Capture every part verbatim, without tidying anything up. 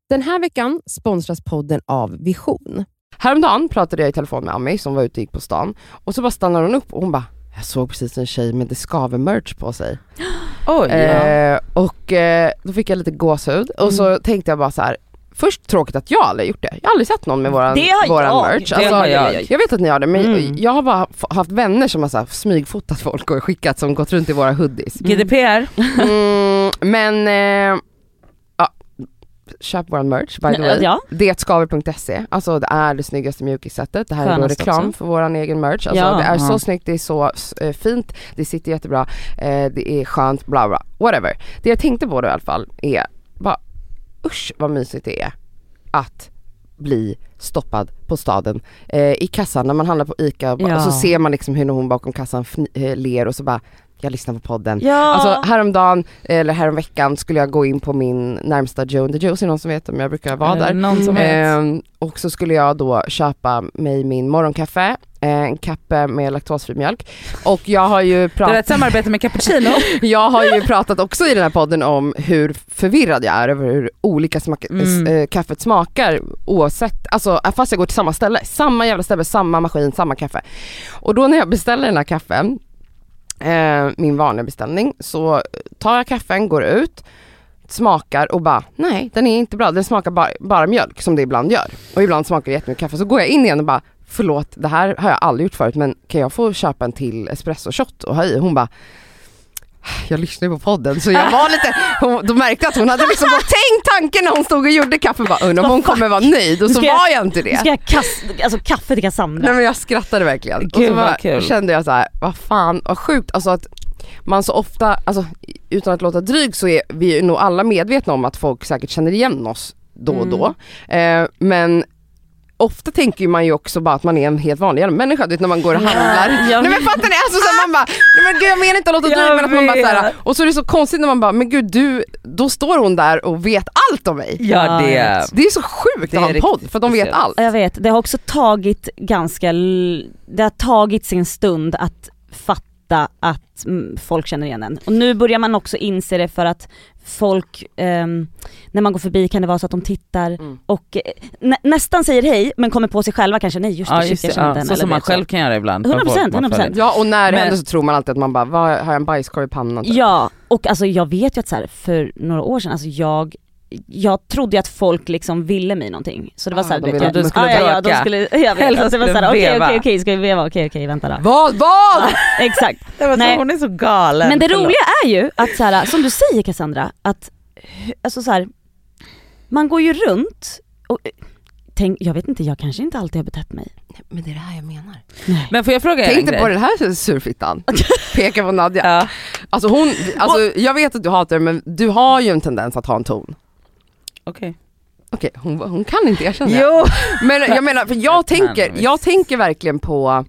Den här veckan sponsras podden av Vision. Häromdagen pratade jag i telefon med Ami som var ute och gick på stan. Och så bara stannade hon upp och hon bara, jag såg precis en tjej med det skaver merch på sig. Oj, eh, och eh, då fick jag lite gåshud. Och så Mm. tänkte jag bara så här. Först tråkigt att jag aldrig gjort det. Jag har aldrig sett någon med våran, våran jag. merch. Det Alltså, har jag. jag vet att ni har det, men Mm. jag har bara f- haft vänner som har så här, smygfotat folk och skickat som gått runt i våra hoodies. G D P R. Mm, men eh, ja, köp våran merch by the way. Ja. Detskaver punkt se. Alltså det är det snyggaste mjukissättet. Det här är då Skönast reklam också. för våran egen merch. Alltså Ja. det är så Ja. snyggt, det är så eh, fint, det sitter jättebra, eh, det är skönt, bla bla, whatever. Det jag tänkte på då i alla fall är bara, usch vad mysigt det är att bli stoppad på staden eh, i kassan när man handlar på ICA Ja. och så ser man liksom hur hon bakom kassan fni- eh, ler och så bara, jag lyssnar på podden. Ja. Alltså häromdagen, eller häromveckan skulle jag gå in på min närmsta Joe and the Juice, är någon som vet om jag brukar vara Är det där. någon som vet? Ehm, och så skulle jag då köpa mig min morgonkaffe, eh, en kappe med laktosfri mjölk. Och jag har ju Det är pratat ett samarbete med Cappuccino. jag har ju pratat också i den här podden om hur förvirrad jag är över hur olika smak- Mm. äh, kaffet smakar oavsett, alltså fast jag går till samma ställe, samma jävla ställe, samma maskin, samma kaffe. Och då när jag beställer den här kaffen, eh, min vanliga beställning, så tar jag kaffen, går ut, smakar och bara, nej den är inte bra, den smakar bara, bara mjölk som det ibland gör. Och ibland smakar det jättemycket kaffe, så går jag in igen och bara, förlåt, det här har jag aldrig gjort förut, men kan jag få köpa en till espresso shot och ha i? Hon bara, jag lyssnade på podden så jag var lite, hon, då märkte jag att hon hade liksom bara tänkt tanken när hon stod och gjorde kaffe, bara undrar om hon kommer vara nöjd, och så Ska jag- var jag inte det. Ska jag kasta alltså, kaffe till Cassandra? Nej men jag skrattade verkligen. Gud, och så vad bara, kul. kände jag så här, vad fan, vad sjukt, alltså att man så ofta, alltså utan att låta dryg så är vi ju nog alla medvetna om att folk säkert känner igen oss då och då. Eh, men ofta tänker man ju också bara att man är en helt vanlig människa, du vet, när man går och handlar. jag Nej men fattar ni? Alltså, så här, man bara, nej men gud jag menar inte att låta dryg, Jag men att man bara så här, vet. och så är det så konstigt när man bara, men gud du, då står hon där och vet allt om mig. Ja, Ja, det jag är... vet. Det är så sjukt Det att ha är en podd, riktigt för att de vet speciellt. allt. Jag vet, det har också tagit ganska l- det har tagit sin stund att fatta att mm, folk känner igen en. Och nu börjar man också inse det, för att folk ehm, när man går förbi kan det vara så att de tittar Mm. och eh, nä- nästan säger hej men kommer på sig själva kanske, nej just det, Ja, shit, just jag det. känner Ja, den. så eller som man vet så. själv kan göra ibland. hundra procent, hundra procent. Ja, och när det Men- händer så tror man alltid att man bara, vad, har jag en bajskorv i pannan? Typ. Ja, och alltså jag vet ju att så här, för några år sedan, alltså jag jag trodde ju att folk liksom ville mig någonting. Så det var Ah, så här, de vet ville jag, att du skulle ah, ja, ja, de bråka. skulle, jag vet, Eller alltså, det var skulle så här, okej veva. okej okej, ska vi veva, okej okej, vänta då. Vad? Vad? Ja, exakt. Det var så, Nej. hon är så galen. Men det Förlåt. roliga är ju att så här, som du säger Cassandra, att alltså så här, man går ju runt och tänk, jag vet inte, jag kanske inte alltid har betett mig. Men det är det här jag menar. Nej. Men får jag fråga er en Tänkte grej? på den här surfittan. Peka på Nadja. Ja. Alltså hon, alltså jag vet att du hatar det, men du har ju en tendens att ha en ton. Okej. Okej, hon, hon kan inte erkänna det. Jo. Men jag menar, för jag kan tänker, visst. jag tänker verkligen på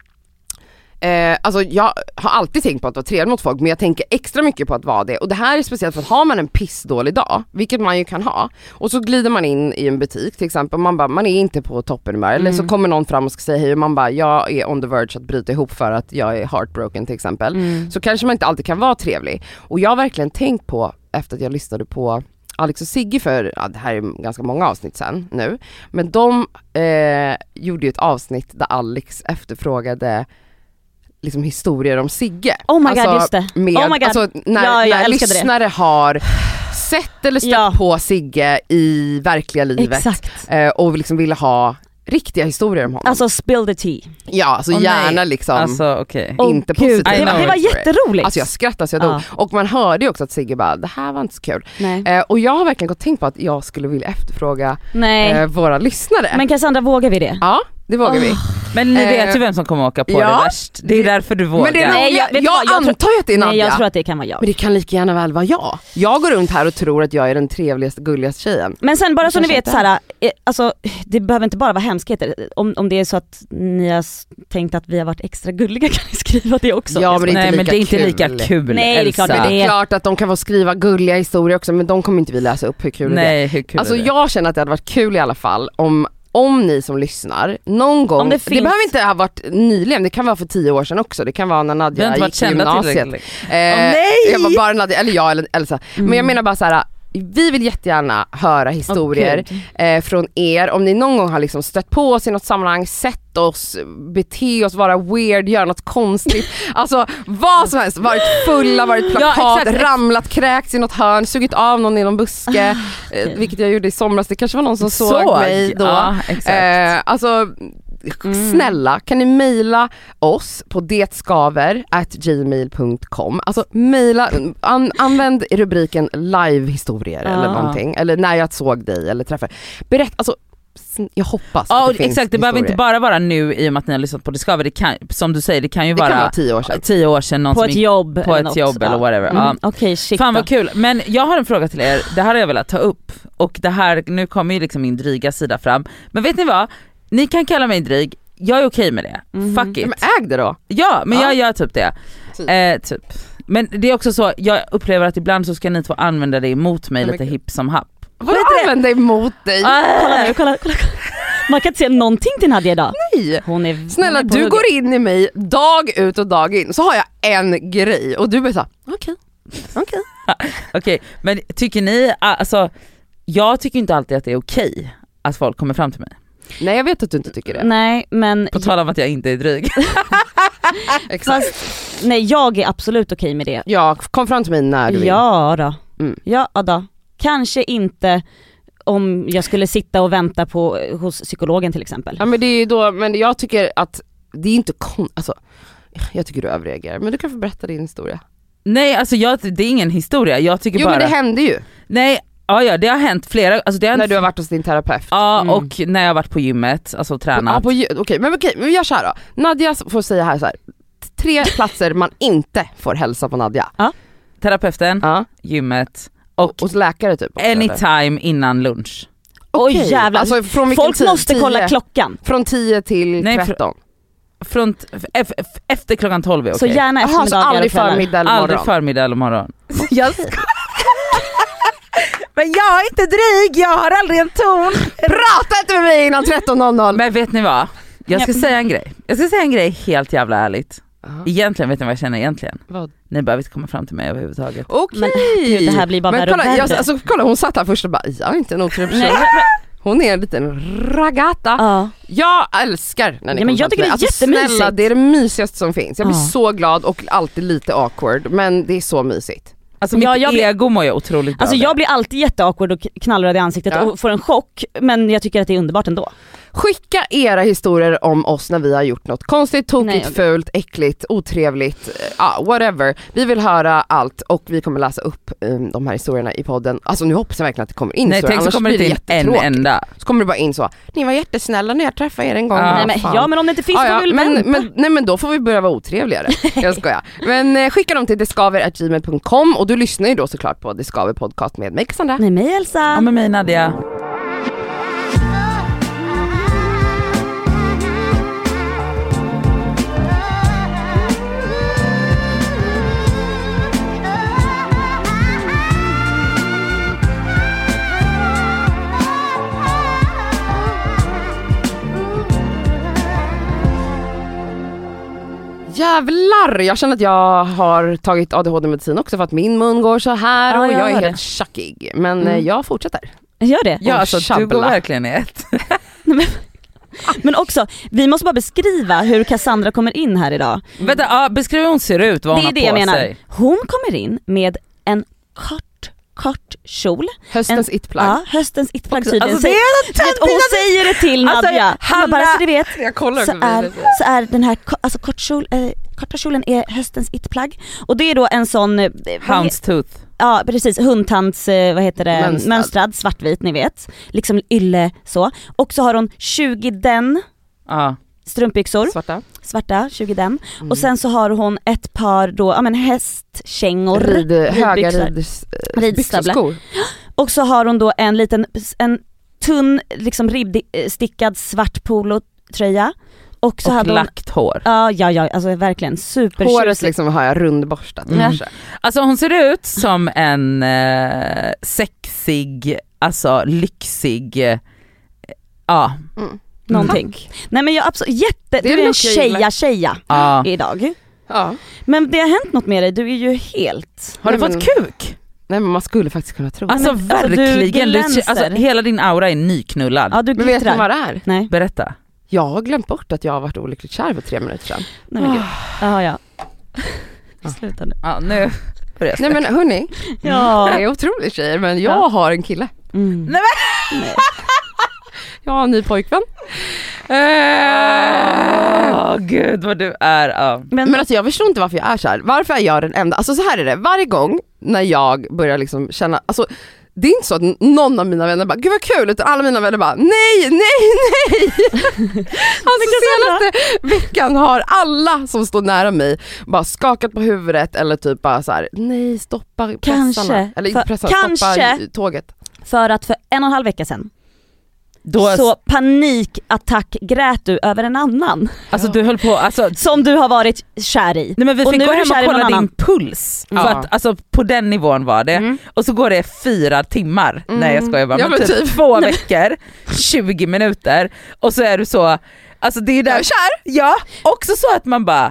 Eh, alltså jag har alltid tänkt på att vara trevlig mot folk, men jag tänker extra mycket på att vara det. Och det här är speciellt för att har man en pissdålig dag, vilket man ju kan ha, och så glider man in i en butik till exempel, man bara, man är inte på toppenhumör, eller Mm. så kommer någon fram och ska säga hej och man bara, jag är on the verge att bryta ihop för att jag är heartbroken till exempel. Mm. Så kanske man inte alltid kan vara trevlig. Och jag har verkligen tänkt på, efter att jag lyssnade på Alex och Sigge för, ja, det här är ganska många avsnitt sen nu, men de eh, gjorde ju ett avsnitt där Alex efterfrågade liksom historier om Sigge. Oh my god, just det. Med, Oh my god. Alltså när, Ja, jag när älskade det. lyssnare har sett eller stött Ja. på Sigge i verkliga livet Exakt. eh, och liksom ville ha riktiga historier om honom. Alltså spill the tea. ja, alltså Åh, gärna nej. liksom Alltså okej. Åh, inte Gud, positiva det, var- det var historier. jätteroligt. Alltså jag skrattade så jag dog. Ja. Och man hörde ju också att Sigge bara, det här var inte så kul. Nej. Eh, och jag har verkligen gått och tänkt på att jag skulle vilja efterfråga Nej. eh, våra lyssnare. Men Cassandra, vågar vi det? Ja, det vågar vi. Men ni Eh, vet ju vem som kommer åka på ja. det värst. Det är därför du vågar. Men det är Nej, roliga, jag- vet jag, du vad, jag tror- antar ju att det är Nadja. Nej, jag tror att det kan vara jag. Men det kan lika gärna väl vara jag. Jag går runt här och tror att jag är den trevligaste, gulligaste tjejen. Men sen bara Det så ni kanske vet inte så här, eh, alltså det behöver inte bara vara hemskheter. Om, om det är så att ni har s- tänkt att vi har varit extra gulliga kan ni skriva det också. Ja, Jag men det är Nej inte men lika det är inte lika kul. kul. Nej, det är klart Elsa. det Det är. är klart att de kan få skriva gulliga historier också, men de kommer inte vi läsa upp. Hur kul är det? Nej, hur kul Alltså är det? jag känner att det hade varit kul i alla fall om Om ni som lyssnar, någon gång, Om det, det finns- behöver inte ha varit nyligen, det kan vara för tio år sedan också, det kan vara när Vi Nadja har inte varit gick i kända gymnasiet. tillräckligt. Eh, Åh, nej! Jag var bara Nadja, eller jag eller Elsa. Mm. Men jag menar bara så här. vi vill jättegärna höra historier oh, eh, från er. Om ni någon gång har liksom stött på oss i något sammanhang, sett oss, bete oss, vara weird, göra något konstigt. Alltså vad som helst, varit fulla, varit plakat, ja, ramlat, kräkts i något hörn, sugit av någon i någon buske, eh, vilket jag gjorde i somras. Det kanske var någon som såg, såg mig då. Ja, exakt. Eh, alltså Mm. snälla, kan ni mejla oss på detskaver at gmail dot com. Alltså mejla, an, använd rubriken live-historier ah. eller någonting, eller när jag såg dig eller träffade. Berätta, alltså jag hoppas ja, att det finns exakt, det behöver inte bara vara nu i och med att ni har lyssnat på Discover. Det kan, som du säger, det kan ju det vara, kan vara tio år sedan, tio år sedan någon på som ett jobb på eller ett jobb eller whatever. Mm. Ja. Okej, shit. Fan vad kul. Men jag har en fråga till er. Det här har jag velat ta upp och det här, nu kommer ju liksom min dryga sida fram. Men vet ni vad? Ni kan kalla mig dryg. Jag är okej med det. Mm. Fuck it. Men äg det då. Ja, men ja. jag gör typ det. Typ. Eh, typ. Men det är också så, jag upplever att ibland så ska ni två använda det emot mig, lite hipp som happ. Vad använder emot dig? Ah. Kolla nu, kolla, kolla, kolla. Man kan inte säga någonting till Nadia idag. Nej. Hon är, snälla, hon är du hugget. går in i mig dag ut och dag in, så har jag en grej och du blir så okej, okej. Okej, men tycker ni, alltså jag tycker inte alltid att det är okej att folk kommer fram till mig. Nej, jag vet att du inte tycker det. Nej, men på tal om att jag inte är dryg. Exakt. Fast, nej, jag är absolut okej med det. Ja, kom fram till mig när du vill. Ja då. Mm. Ja då. Kanske inte om jag skulle sitta och vänta på hos psykologen till exempel. Ja, men det är ju då, men jag tycker att det är inte kon... alltså, jag tycker du överreagerar, men du kan få berätta din historia. Nej, alltså jag, det är ingen historia. Jag tycker jo, bara... men det hände ju. Nej, ja, ja det har hänt flera... Alltså det har när hänt... du har varit hos din terapeut. Ja, mm. och när jag har varit på gymmet, alltså tränat. Ja, på, okej, men okej, men vi gör så här då. Nadja får säga här så här. Tre platser man inte får hälsa på Nadja. Ja. Terapeuten, ja. Gymmet och, och läkare typ också, anytime eller? Innan lunch. Oj okay. Jävlar, alltså, från folk tid? måste tio, kolla klockan. Från tio till Nej, tretton. Från f- f- efter klockan tolv är okej. Så gärna eftermiddagar. Aha, så aldrig förmiddag eller morgon. Aldrig förmiddag eller morgon. Yes. Men jag är inte dryg, jag har aldrig en ton. Prata inte med mig innan tretton noll noll. Men vet ni vad? Jag ska säga en grej. Jag ska säga en grej helt jävla ärligt. Uh-huh. Egentligen vet ni vad jag känner egentligen. Vad? Ni behöver inte komma fram till mig överhuvudtaget. Okej. Okay. Det här blir bara värre och värre. Jag, alltså, kolla, hon satt här först och bara, jag är inte en otrevlig person. Hon är en liten ragata. Ja. Jag älskar när ni ja, men jag tycker det är alltså, jättemysigt. Snälla, det är det mysigaste som finns. Jag blir ja. så glad och alltid lite awkward, men det är så mysigt. Alltså mitt ja, jag blir, ego mår jag otroligt bra. Alltså jag blir alltid jätteawkward och knallröd i ansiktet ja. och får en chock, men jag tycker att det är underbart ändå. Skicka era historier om oss när vi har gjort något konstigt, tokigt, Nej, okay. fult, äckligt, otrevligt, uh, whatever. Vi vill höra allt och vi kommer läsa upp um, de här historierna i podden. Alltså nu hoppas jag verkligen att det kommer in. Nej, så tänk så kommer det in en enda. Så kommer det bara in så, ni var jättesnälla när jag träffade er en gång. Ja, nej, men, ja men om det inte finns ah, ja, men, men, nej men då får vi börja vara otrevligare. Jag skojar. Men eh, skicka dem till detskaver at gmail dot com och du lyssnar ju då såklart på Discover podcast med mig Cassandra. Med mig Elsa. Ja, med mig Nadia. Jävlar, jag känner att jag har tagit A D H D-medicin också för att min mun går så här ja, och jag, jag är helt tjackig. Men mm. jag fortsätter. Gör det? Ja, alltså du går verkligen i ett. Men också, vi måste bara beskriva hur Cassandra kommer in här idag. Mm. Vänta, ja, beskriv hur hon ser ut, vad hon det har är det på jag menar. sig. Hon kommer in med en kort kort kjol. Höstens itplagg. Ja, höstens itplagg tydligen. Alltså, det är och hon säger det till Nadja. Alltså, Hanna, bara så du vet, jag kollar så, är, så är den här alltså, kortkjol, eh, korta kjolen är höstens itplagg. Och det är då en sån... Eh, Houndstooth. Ja, precis. Hundtands, eh, vad heter det? Mönstrad. Mönstrad, svartvit, ni vet. Liksom ylle så. Och så har hon tjugo den. Ja. Strumpbyxor. Svarta. Svarta, tjugo den. Mm. Och sen så har hon ett par då, ja men hästkängor. Rid, höga rid, ridstövlar. Och så har hon då en liten, en tunn, liksom ribbstickad svart polotröja. Och så och hade lagt hon, hår. Ja, ja, ja, alltså verkligen super. Håret liksom har jag rundborstat. Mm. Alltså hon ser ut som en eh, sexig, alltså lyxig, eh, ja. Mm. Någonting. Tack. Nej men jag absolut, jätte, det du är en tjeja tjeja ja. idag. Ja. Men det har hänt något med dig, du är ju helt... Har du men... fått kuk? Nej men man skulle faktiskt kunna tro. Alltså men, alltså, verkligen, du- du, du alltså, länser. hela din aura är nyknullad. Ja, du Men vet ni glittrar. vad det är? Nej. Berätta. Jag har glömt bort att jag har varit olyckligt kär för tre minuter sedan. Nej men gud. Ja, ja. Ja. Sluta nu. Ja, nu börjar jag Nej men hörni, Ja. jag är otroligt tjejer men jag Ja. har en kille. Mm. Nej, Nej. Jag har en ny pojkvän. Åh Eh, gud vad du är. Ja. Men, Men alltså jag förstår inte varför jag är så här. Varför är jag den enda? Alltså så här är det, varje gång när jag börjar liksom känna, alltså det är inte så att någon av mina vänner bara gud vad kul, utan alla mina vänner bara nej, nej, nej. Alltså senaste veckan har alla som står nära mig bara skakat på huvudet eller typ bara så här: nej stoppa pressarna. Kanske. Eller inte För- pressarna, stoppa kanske. tåget. för att för en och en halv vecka sedan Då, så panikattack grät du över en annan alltså du höll på, alltså, som du har varit kär i. nej men vi Och fick nu gå är du hem kär och i någon kolla din annan. puls. Ja. För att, alltså, på den nivån var det. Mm. Och så går det fyra timmar, Mm. nej jag skojar bara, Ja, men men typ, typ. två veckor, tjugo minuter och så är du så, alltså det är där, Jag är kär. ja, också så att man bara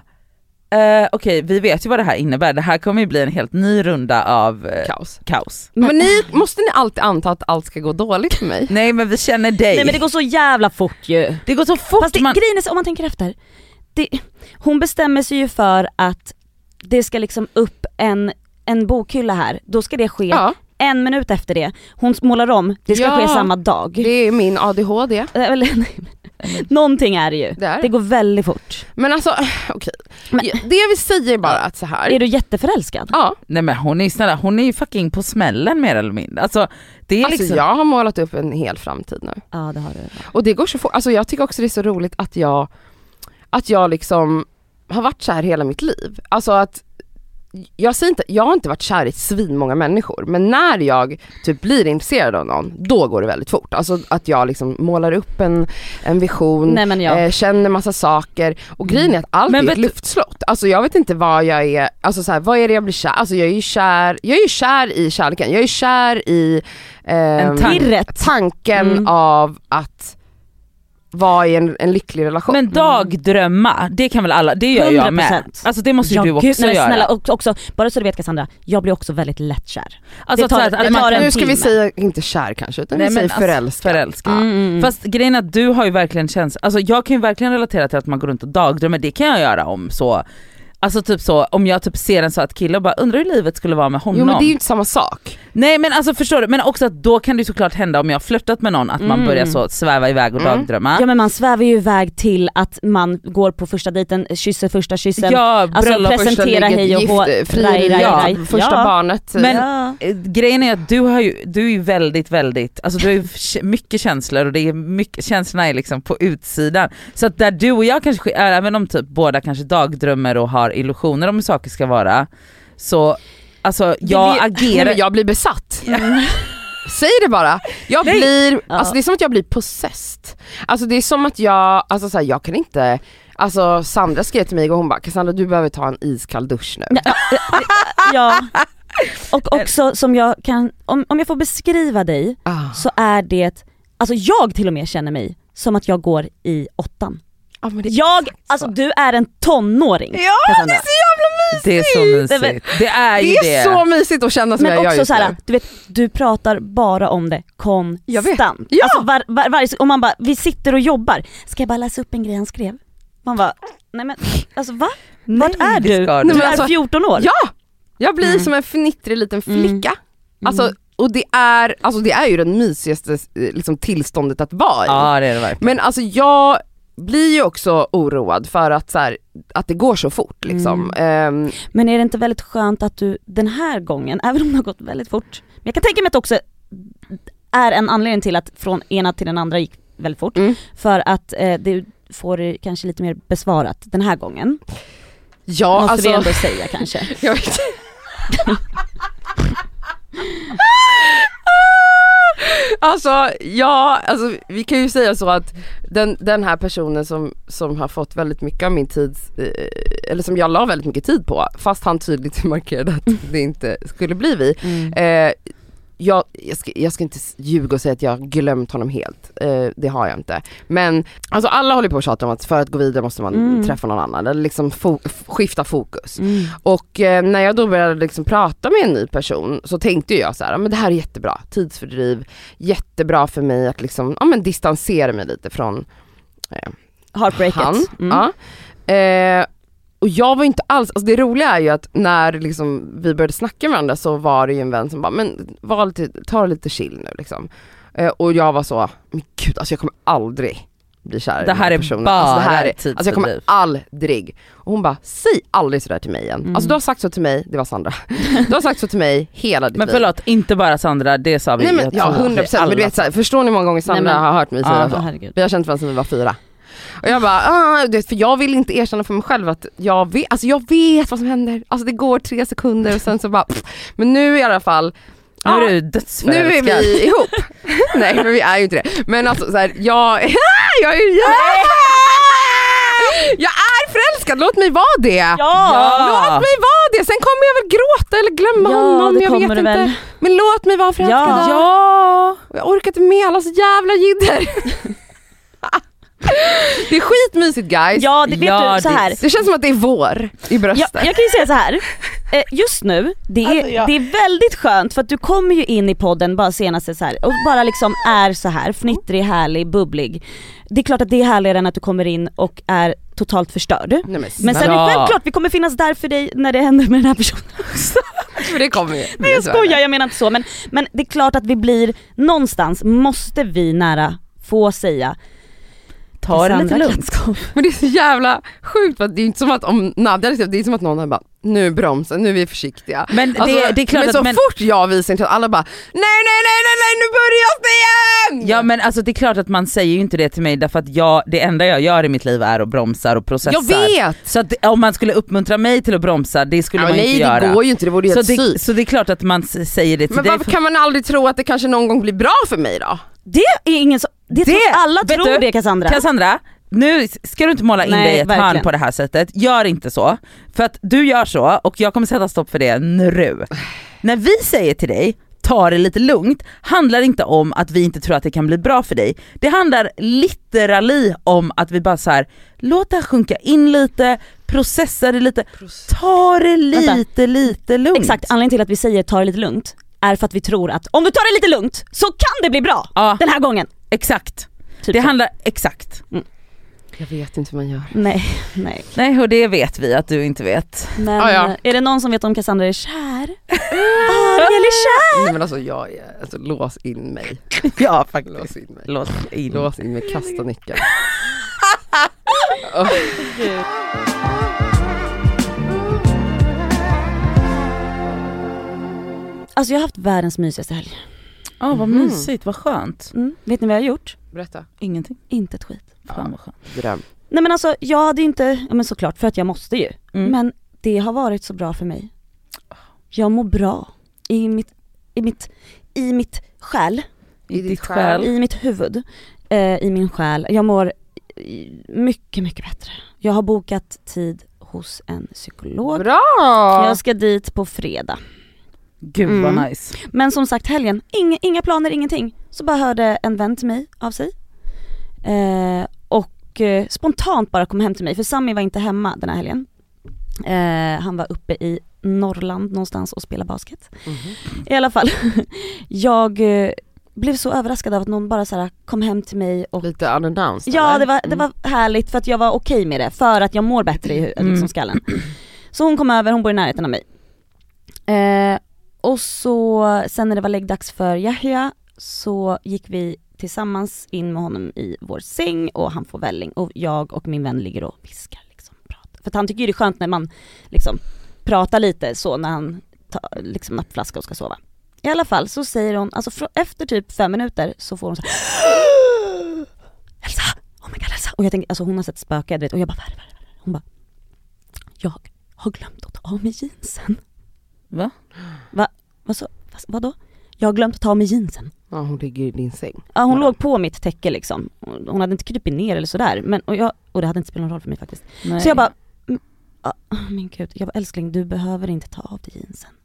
eh, okej vi vet ju vad det här innebär, det här kommer ju bli en helt ny runda av eh, Kaos. kaos. Men ni, måste ni alltid anta att allt ska gå dåligt för mig? Nej men vi känner dig. Nej men det går så jävla fort ju. det går så fort. Fast det, man, grejen är så, om man tänker efter, det, hon bestämmer sig ju för att det ska liksom upp en, en bokhylla här, då ska det ske Ja, en minut efter det. Hon målar om, det ska Ja. ske samma dag. det är min A D H D. Eller, nej, någonting är det ju. Det är det. Det går väldigt fort. Men alltså okej, Men- det vi säger är bara att så här. Är du jätteförälskad? Ja, nej men hon är ju snälla, hon är ju fucking på smällen mer eller mindre. Alltså det är alltså liksom, jag har målat upp en hel framtid nu. Ja det har du. Och det går så fort, alltså jag tycker också det är så roligt att jag, att jag liksom har varit kär hela mitt liv. Alltså att jag säger inte, jag har inte varit kär i svin många människor, men när jag typ blir intresserad av någon, då går det väldigt fort. Alltså att jag liksom målar upp en, en vision, Nej, men ja. eh, känner massa saker, och grejen är att allt Men är vet ett du- luftslott. Alltså jag vet inte vad jag är, alltså så här, vad är det jag blir kär, alltså jag är ju kär, jag är ju kär i kärleken, jag är kär i ehm, tank. Pirret. tanken Mm. av att vara i en, en lycklig relation. men dagdrömma, det kan väl alla, det gör jag hundra med. procent. Alltså det måste ju Ja, du också gud, nej, men göra. snälla, och också, bara så du vet Cassandra, jag blir också väldigt lättkär. Alltså det tar- att, att det man tar kan- en nu ska vi timme. säga inte kär kanske, utan Nej, vi men säger alltså, förälskad. förälskad. Mm, mm. Fast grejen är att du har ju verkligen känsla, alltså jag kan ju verkligen relatera till att man går runt och dagdrömmer, det kan jag göra om så, alltså typ så, om jag typ ser en så att kille och bara undrar hur livet skulle vara med honom. Jo men det är ju inte samma sak. Nej men alltså förstår du, men också att då kan det ju såklart hända om jag har flörtat med någon att man Mm. börjar så sväva iväg och Mm. dagdrömma. Ja men man svävar ju iväg till att man går på första dejten, kysser första kyssen. Ja, Alltså, bröllop, presentera första ligget, hej och gift, hå, frieri, raj, raj, ja, raj. första Ja. barnet. Men- Ja. Eh, grejen är att du har ju, du är ju väldigt väldigt, alltså du har ju k- mycket känslor och det är mycket, känslorna är liksom på utsidan. Så att där du och jag kanske, är, även om typ båda kanske dagdrömmer och har illusioner om hur saker ska vara, så alltså jag blir, agerar, nej, men jag blir besatt. Säg det bara. Jag Nej. blir, Ja. alltså det är som att jag blir possessed. Alltså det är som att jag, alltså så här, jag kan inte, alltså Sandra skrev till mig och hon bara Cassandra du behöver ta en iskall dusch nu. Ja. Och också som jag kan, om, om jag får beskriva dig Ah. så är det, alltså jag till och med känner mig som att jag går i åttan. Ja, men det, Jag, alltså du är en tonåring. ja Cassandra. det är så jävla mysigt. det är så Det är mysigt. Det är ju Det det. är så mysigt att känna som Men jag gör också just så här, nu. du vet, du pratar bara om det Jag vet. konstant. Ja. Alltså var, var, varje, om man bara, vi sitter och jobbar, ska jag bara läsa upp en grej han skrev? Man bara, nej men alltså va? Vart Nej, är det du? ska Du du. men är alltså- fjorton år. Ja! Jag blir Mm. som en fnittrig liten Mm. flicka. Alltså, och det är, alltså det är ju den mysigaste eh, liksom, tillståndet att vara i. Ja det är det verkligen. Men alltså jag blir ju också oroad för att, så här, att det går så fort liksom. Ehm, Men är det inte väldigt skönt att du den här gången, även om det har gått väldigt fort, men jag kan tänka mig att det också är en anledning till att från ena till den andra gick väldigt fort, Mm. för att eh, du får det kanske lite mer besvarat den här gången. ja Måste alltså, vi ändå säga kanske. jag vet. Alltså ja, alltså vi kan ju säga så att den, den här personen som, som har fått väldigt mycket av min tid, eh, eller som jag la väldigt mycket tid på, fast han tydligt markerade att det inte skulle bli vi, Mm. eh, jag, jag, ska, jag ska inte ljuga och säga att jag har glömt honom helt. Eh, det har jag inte. Men alltså alla håller på att tjata om att för att gå vidare måste man mm. träffa någon annan. Eller liksom fo- skifta fokus. Mm. Och eh, när jag då började liksom prata med en ny person så tänkte jag så här, men det här är jättebra. Tidsfördriv. Jättebra för mig att liksom, ja, men distansera mig lite från eh, heartbreaket. Han. Mm. Ja. Eh, och jag var inte alls, alltså det roliga är ju att när liksom vi började snacka med varandra så var det ju en vän som bara, men var lite, ta det lite chill nu liksom. Eh, och jag var så, men gud, alltså jag kommer aldrig bli kär i det här är personen. bara alltså, det här är, tidsfördriv. alltså jag kommer aldrig. Och hon bara, säg aldrig sådär till mig igen. Mm. Alltså du har sagt så till mig, det var Sandra. Du har sagt så till mig hela ditt Men liv. förlåt, inte bara Sandra, det sa vi. Nej men ja, hundra procent. Men du vet så här, förstår ni hur många gånger Sandra Nej, men, har hört mig säga ja, så? Herregud. Vi har känt varandra sedan vi var fyra. Och jag bara, ah, du vet, för jag vill inte erkänna för mig själv att jag vet, alltså jag vet vad som händer. Alltså det går tre sekunder och sen så bara, pff. Men nu i alla fall, Nu är ah, du dödsförälskad. nu är vi ihop. Nej, men vi är ju inte det. Men alltså så här, jag, jag är ju, jag är förälskad, låt mig vara det. Ja! Låt mig vara det, sen kommer jag väl gråta eller glömma Ja, honom, det jag kommer vet du inte. väl. Men låt mig vara förälskad. Ja. Ja. Jag orkar inte med alla så jävla jidder. Det är skitmysigt guys. Ja, det vet Ja, du, så här. Det känns som att det är vår i bröstet. Ja, jag kan ju säga så här. Eh, just nu, det är, Alltså, jag- det är väldigt skönt för att du kommer ju in i podden bara senaste så här och bara liksom är så här fnittrig, härlig, bubblig. Det är klart att det är härligare än att du kommer in och är totalt förstörd. Nej, men, Men sen är Ja. det självklart, vi kommer finnas där för dig när det händer med den här personen också. för det kommer ju. Nej jag skojar, jag menar inte så. Men, men det är klart att vi blir, någonstans måste vi nära få säga Ta det lite Cassandra lugnt. Kletskov. Men det är så jävla sjukt för att det är inte som att om Nadja, det är som att någon har bara, nu bromsar, nu är vi försiktiga. Men det, Alltså, det är klart men att så men, fort jag visar inte, alla bara, nej nej nej nej nej nu börjar det igen! ja men alltså det är klart att man säger ju inte det till mig därför att jag, det enda jag gör i mitt liv är att bromsa och processa. Jag vet! Så att om man skulle uppmuntra mig till att bromsa, det skulle Ja, man nej, inte göra. det går ju inte, det vore ju så, helt det, sykt. så det är klart att man s- säger det till Men dig. varför kan man aldrig tro att det kanske någon gång blir bra för mig då? Det är ingen så, det, Det- tror alla vet tror du, det Cassandra. Cassandra, nu ska du inte måla in Nej, dig i ett verkligen. hörn på det här sättet. Gör inte så. För att du gör så och jag kommer sätta stopp för det nu. När vi säger till dig, ta det lite lugnt, handlar inte om att vi inte tror att det kan bli bra för dig. Det handlar literally om att vi bara så här, låt det här sjunka in lite, processa det lite, ta det lite, Vänta. lite lugnt. Exakt, anledningen till att vi säger ta det lite lugnt är för att vi tror att om du tar det lite lugnt så kan det bli bra Ja, den här gången. exakt. Typ Det så. handlar exakt. Jag vet inte hur man gör. Nej, nej. Nej, och det vet vi att du inte vet. Men Ja, ja. eh, är det någon som vet om Cassandra är kär? Ariel är kär! Nej men alltså jag är, alltså lås in mig. Ja, Lås in mig. Låt in. Lås in mig, kasta nyckeln. Oh. Alltså jag har haft världens mysigaste helg. Ja, vad Mhm. mysigt, vad skönt. Mm. Vet ni vad jag har gjort? Berätta. Ingenting. Inte ett skit. Fan vad skönt. Dröm. Nej men alltså jag hade ju inte, ja men såklart för att jag måste ju. Mm. Men det har varit så bra för mig. Jag mår bra i mitt, i mitt, i mitt själ, I ditt ditt själ. själ. i mitt huvud, eh, i min själ. Jag mår i- mycket, mycket bättre. Jag har bokat tid hos en psykolog. Bra! Jag ska dit på fredag. Gud Mm. vad nice. Men som sagt helgen, inga, inga planer, ingenting. Så bara hörde en vän till mig av sig. Eh, och eh, spontant bara kom hem till mig. För Sami var inte hemma den här helgen. Eh, han var uppe i Norrland någonstans och spelade basket. Mhm. I alla fall, jag eh, blev så överraskad av att någon bara så här kom hem till mig och Lite unannounced ja, eller? det var, det var härligt för att jag var okej med det. För att jag mår bättre i hu- Mm. liksom skallen. Så hon kom över, hon bor i närheten av mig. Eh, och så sen när det var läggdags för Yahya så gick vi tillsammans in med honom i vår säng och han får välling. Och jag och min vän ligger och viskar liksom, pratar. För att han tycker ju det är skönt när man liksom pratar lite så när han tar liksom nappflaska och ska sova. I alla fall så säger hon, alltså fr- efter typ fem minuter så får hon så här, Elsa, oh my god Elsa. Och jag tänker, alltså hon har sett spöka, du vet, och jag bara, vad är det, vad är det, vad är det? Hon bara, jag har glömt att ta av mig jeansen. Va? Va? Vad så? Vad, vadå? Jag har glömt att ta av mig jeansen. Ja, hon ligger i din säng. Ja, hon Ja. låg på mitt täcke liksom. Hon hade inte krypit ner eller sådär. Men, och, jag, och det hade inte spelat någon roll för mig faktiskt. Nej. Så jag bara, mm, ah, min gud, jag bara, älskling du behöver inte ta av dig jeansen.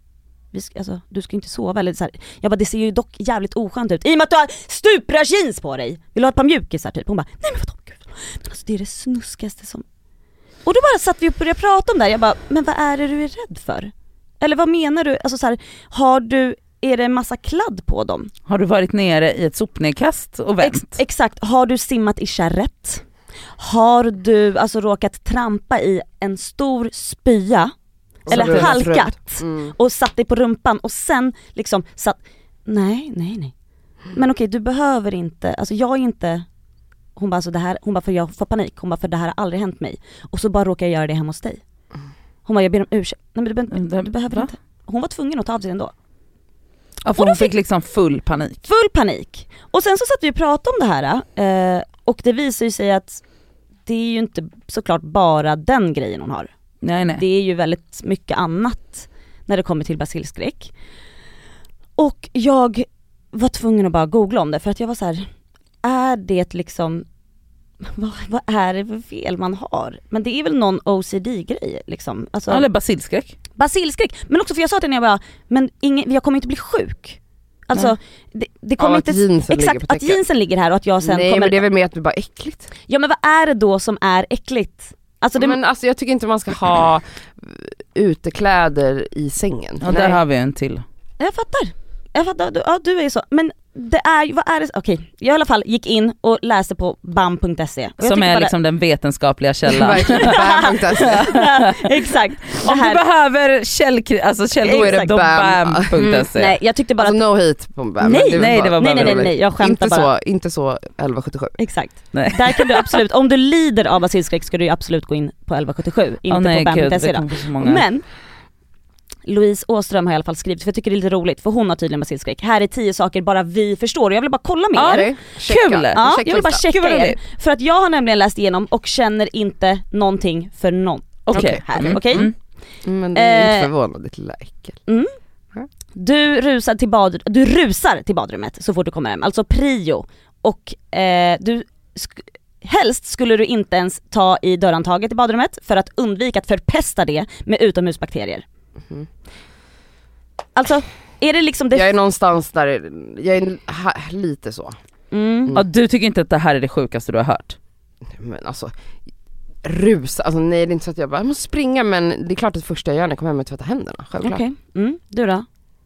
vi ska, alltså, du ska inte sova eller så här. Jag bara, det ser ju dock jävligt oskönt ut i och med att du har stuprör jeans på dig. Vill du ha ett par mjukisar typ? Hon bara, nej men vadå gud. Men alltså det är det snuskigaste som... Och då bara satt vi upp och började prata om det här. Jag bara, men vad är det du är rädd för? Eller vad menar du? Alltså så här, har du, är det en massa kladd på dem? Har du varit nere i ett sopnedkast och vänt? Ex- exakt, har du simmat i charrett? Har du alltså råkat trampa i en stor spya? Och Eller rullat halkat mm. och satt dig på rumpan och sen liksom satt... Nej, nej, nej. Men okej, du behöver inte, alltså jag är inte... Hon bara, alltså det här, hon bara för jag får panik, hon bara för det här har aldrig hänt mig. Och så bara råkar jag göra det hemma hos dig. Hon bara, jag ber om ursäkt. Nej men du, du, du behöver Va? inte. Hon var tvungen att ta av sig ändå. Ja, för hon fick liksom full panik. Full panik. Och sen så satt vi och pratade om det här eh, och det visar ju sig att det är ju inte såklart bara den grejen hon har. Nej, nej. Det är ju väldigt mycket annat när det kommer till basilskräck. Och jag var tvungen att bara googla om det för att jag var så här, är det liksom vad, vad är det för fel man har? Men det är väl någon O C D-grej liksom. Alltså, Eller basilskräck. basilskräck. Men också för jag sa till henne, jag bara, men ingen, jag kommer inte bli sjuk. Alltså det, det kommer ja, inte att jeansen exakt ligger på att täcket. jeansen ligger här och att jag sen Nej kommer... men det är väl mer att det bara är äckligt. Ja men vad är det då som är äckligt? Alltså det... Men alltså jag tycker inte man ska ha utekläder i sängen. Ja, Nej. där har vi en till. Jag fattar. Jag fattar, du, ja du är så. Men det är ju, vad är det? Okej, jag i alla fall gick in och läste på bam punkt se. Och jag Som är bara... liksom den vetenskapliga källan. Verkligen, bam punkt se. Exakt. Om Det här... du behöver käll, alltså käll, då är det Exakt. bam punkt se. Mm, nej, jag tyckte bara Alltså att... no hate på bam. Nej, det nej, bara, det var bara nej, nej, nej, nej, jag skämtar inte bara. Så, inte så elva sjuttiosju. Exakt. Nej. Där kan du absolut, om du lider av basilskräck ska du ju absolut gå in på elva sjuttiosju, inte oh, nej, på bam punkt se gud, då. många. Men Louise Åström har i alla fall skrivit, för jag tycker det är lite roligt, för hon har tydligen basilskräck. Här är tio saker bara vi förstår och jag vill bara kolla med Ja, er. kul! Ja, jag vill bara checka Gud, vad er. roligt. För att jag har nämligen läst igenom och känner inte någonting för någon. Okej. Okay, här, Mm. okej? Mm. Men det är Eh, inte förvånande, ditt lilla äckel. Mm. Du rusar till bad, du rusar till badrummet så fort du kommer hem, alltså prio. Och eh, du sk- helst skulle du inte ens ta i dörrhandtaget i badrummet för att undvika att förpesta det med utomhusbakterier. Mm. Alltså, är det liksom det... Jag är någonstans där, jag är ha, lite så. Mm. Ja, du tycker inte att det här är det sjukaste du har hört? Men alltså, rusa, alltså nej det är inte så att jag bara, jag måste springa, men det är klart att det första jag gör när jag kommer hem är att tvätta händerna, självklart. Okej, okay. mm. Du då?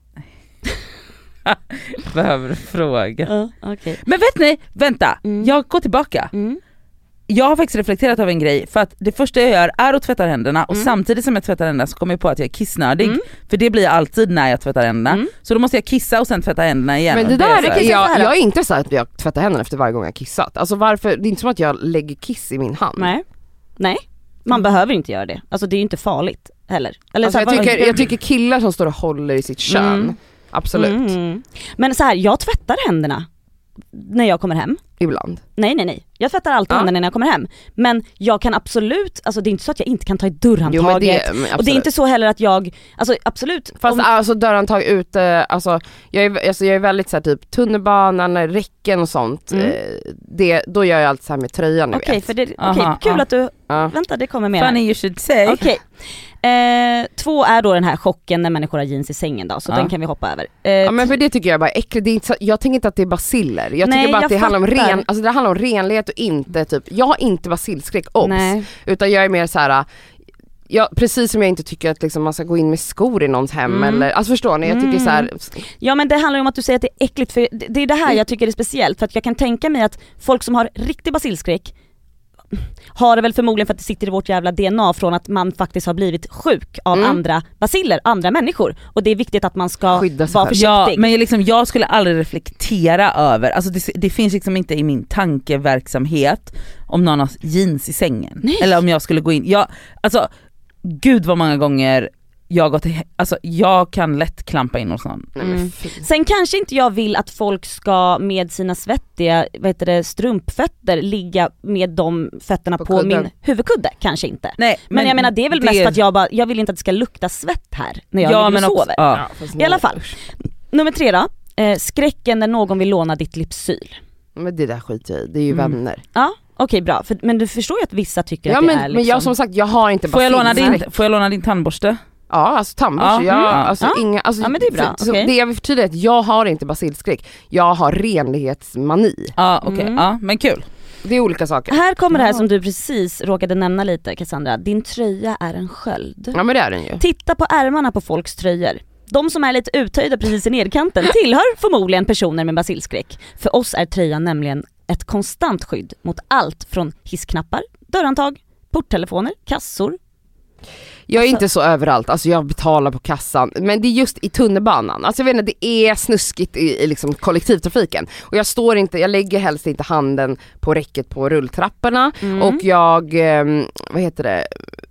Behöver du fråga? Uh, okay. Men vet ni, vänta, Mm. jag går tillbaka. Mm. Jag har faktiskt reflekterat över en grej, för att det första jag gör är att tvätta händerna och Mm. samtidigt som jag tvättar händerna så kommer jag på att jag är kissnödig, Mm. för det blir jag alltid när jag tvättar händerna. Mm. Så då måste jag kissa och sen tvätta händerna igen. Men det Och där, är så det här- kan jag, så här. jag är inte så att jag tvättar händerna efter varje gång jag kissat. Alltså varför, det är inte som att jag lägger kiss i min hand. Nej, nej. Man behöver inte göra det. Alltså det är ju inte farligt heller. Eller Alltså så här, jag, vad- tycker, jag tycker killar som står och håller i sitt kön, Mm. absolut, Mm. Men så här, jag tvättar händerna när jag kommer hem. ibland. Nej nej nej, jag tvättar alltid Ja. händerna när jag kommer hem. Men jag kan absolut, alltså det är inte så att jag inte kan ta i Jo, men dörrhandtaget. det, men och det är absolut. inte så heller att jag, alltså absolut. Fast om, alltså dörrhandtag ute, alltså jag är, alltså, jag är väldigt så här, typ tunnelbanan, räcken och sånt, Mm. eh, det, då gör jag allt så här med tröjan, ni Okej, vet. för det, okej, Aha, kul ja. att du, Ja. vänta det kommer mer här. Funny you should say. Okej. Eh, två är då den här chocken när människor har jeans i sängen då, så Ja. den kan vi hoppa över. Eh, Ja, men för det tycker jag bara är äckligt. Det är inte så, jag tänker inte att det är basiller. Jag Nej, tycker bara att jag det handlar om fattar. ren, alltså det handlar om renlighet och inte typ, jag har inte basilskräck, obs. Nej. Utan jag är mer så här. Ja, precis som jag inte tycker att liksom man ska gå in med skor i någons hem Mm. eller, alltså förstår ni, jag tycker så här. Ja men det handlar ju om att du säger att det är äckligt, för det, det är det här jag tycker är speciellt, för att jag kan tänka mig att folk som har riktig basilskräck har det väl förmodligen för att det sitter i vårt jävla D N A från att man faktiskt har blivit sjuk av Mm. andra baciller, andra människor, och det är viktigt att man ska Skydda sig vara själv. försiktig. Ja, men jag, liksom, jag skulle aldrig reflektera över, alltså det, det finns liksom inte i min tankeverksamhet om någon har jeans i sängen. Nej. Eller om jag skulle gå in, jag, alltså gud vad många gånger jag gått till, alltså jag kan lätt klampa in hos någon. Nej, men Mm. fy. Sen kanske inte jag vill att folk ska med sina svettiga, vad heter det, strumpfötter ligga med de fötterna På på, kudden. min huvudkudde, kanske inte. Nej, Men, jag menar det är väl mest för att jag bara, jag vill inte att det ska lukta svett här när jag ja, ligger men och också, sover. ja. Ja, fast I alla nej, fall. usch. Nummer tre då, eh, skräcken när någon vill låna ditt Lypsyl. Men det där skiter jag i, det är ju Mm. vänner. Ja, okej bra, för, men du förstår ju att vissa tycker Ja att det men, är liksom... men jag som sagt, jag har inte Får jag, låna basilskräck. din, får jag låna din tandborste? Ja, alltså tandborste. Ja, Jag, ja. alltså, Ja. inga, alltså, Ja, men det är bra. För, Okej. det jag vill förtydliga är att jag har inte basilskräck. Jag har renlighetsmani. Ja okej, Mm. ja men kul. Det är olika saker. Här kommer det här Ja. som du precis råkade nämna lite, Cassandra. Din tröja är en sköld. Ja, men det är den ju. Titta på ärmarna på folks tröjor. De som är lite uttöjda precis i nedkanten tillhör förmodligen personer med basilskräck. För oss är tröjan nämligen ett konstant skydd mot allt från hissknappar, dörrantag, porttelefoner, kassor. Jag är Alltså- inte så överallt, alltså jag betalar på kassan, men det är just i tunnelbanan. Alltså jag vet inte, det är snuskigt i, i liksom kollektivtrafiken. Och jag står inte, jag lägger helst inte handen på räcket på rulltrapporna Mm. och jag, eh, vad heter det,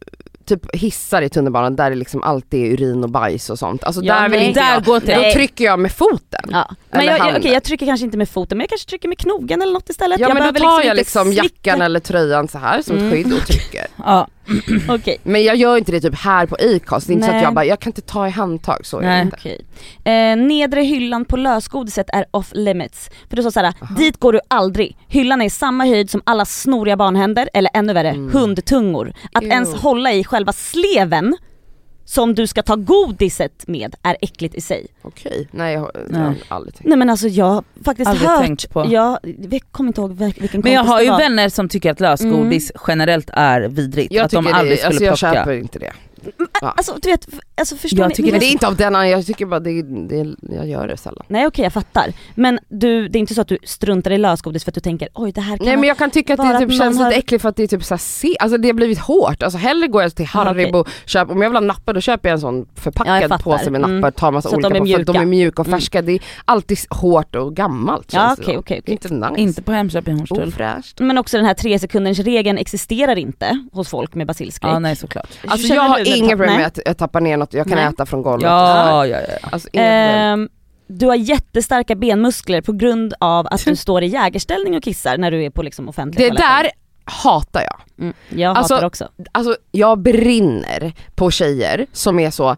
typ hissar i tunnelbanan där det liksom alltid är urin och bajs och sånt. Alltså Ja, där vill nej. inte Där jag, går inte då jag. trycker jag med foten. Ja. Men Eller jag, jag, handen. okej, jag trycker kanske inte med foten, men jag kanske trycker med knogen eller något istället. Ja, jag men då behöver tar jag inte liksom slicka- jackan eller tröjan så här som Mm. ett skydd och trycker. Ja. Okej. Men jag gör inte det typ här på Acast. Det är inte så Nej. att jag bara, jag kan inte ta i handtag, så är det Nej. inte. Okej. Eh, nedre hyllan på lösgodiset är off limits. För det står såhär, dit går du aldrig. Hyllan är i samma höjd som alla snoriga barnhänder, eller ännu värre, Mm. hundtungor. Att Ew. ens hålla i själva sleven som du ska ta godiset med är äckligt i sig. Okej, nej jag har, jag Nej. har aldrig tänkt. Nej men alltså jag har faktiskt Aldrig hört, tänkt på. jag, jag kommer inte ihåg vil- vilken Men jag kompis har det ju var. vänner som tycker att lösgodis generellt är vidrigt. Jag att de tycker aldrig det, skulle alltså jag plocka. köper inte det. Alltså du vet, alltså förstår Jag ni? tycker Men det är Ni- inte av den anledningen, jag tycker bara det, det, jag gör det sällan. Nej okej jag fattar. Men du, det är inte så att du struntar i lösgodis för att du tänker oj det här kan Nej vara- men jag kan tycka att bara det att typ man känns har- lite äckligt för att det är typ såhär, se, alltså det har blivit hårt. Alltså hellre går jag till Haribo, okej. köp, om jag vill ha nappar då köper jag en sån Ja, jag förpackad fattar. påse med nappar, Mm. tar massa Så att olika de är på för att de är mjuka. mjuka och Mm. färska. Det är alltid hårt och gammalt Ja känns det okej som. okej Det är okej. inte nice. Inte på Hemköp i Hornstull. Ofräscht. Men också den här tre sekunders regeln existerar inte hos folk med basilskräck. Ja nej såklart. Alltså Känner jag har du det? inga problem Nej. med att jag tappar ner något, jag kan Nej. äta från golvet. Ja, ja, ja. Alltså, inga problem. Ehm, du har jättestarka benmuskler på grund av att du står i jägerställning och kissar när du är på liksom offentliga Det toaletter. där hatar jag. Mm, jag Alltså, hatar också. Alltså jag brinner på tjejer som är så,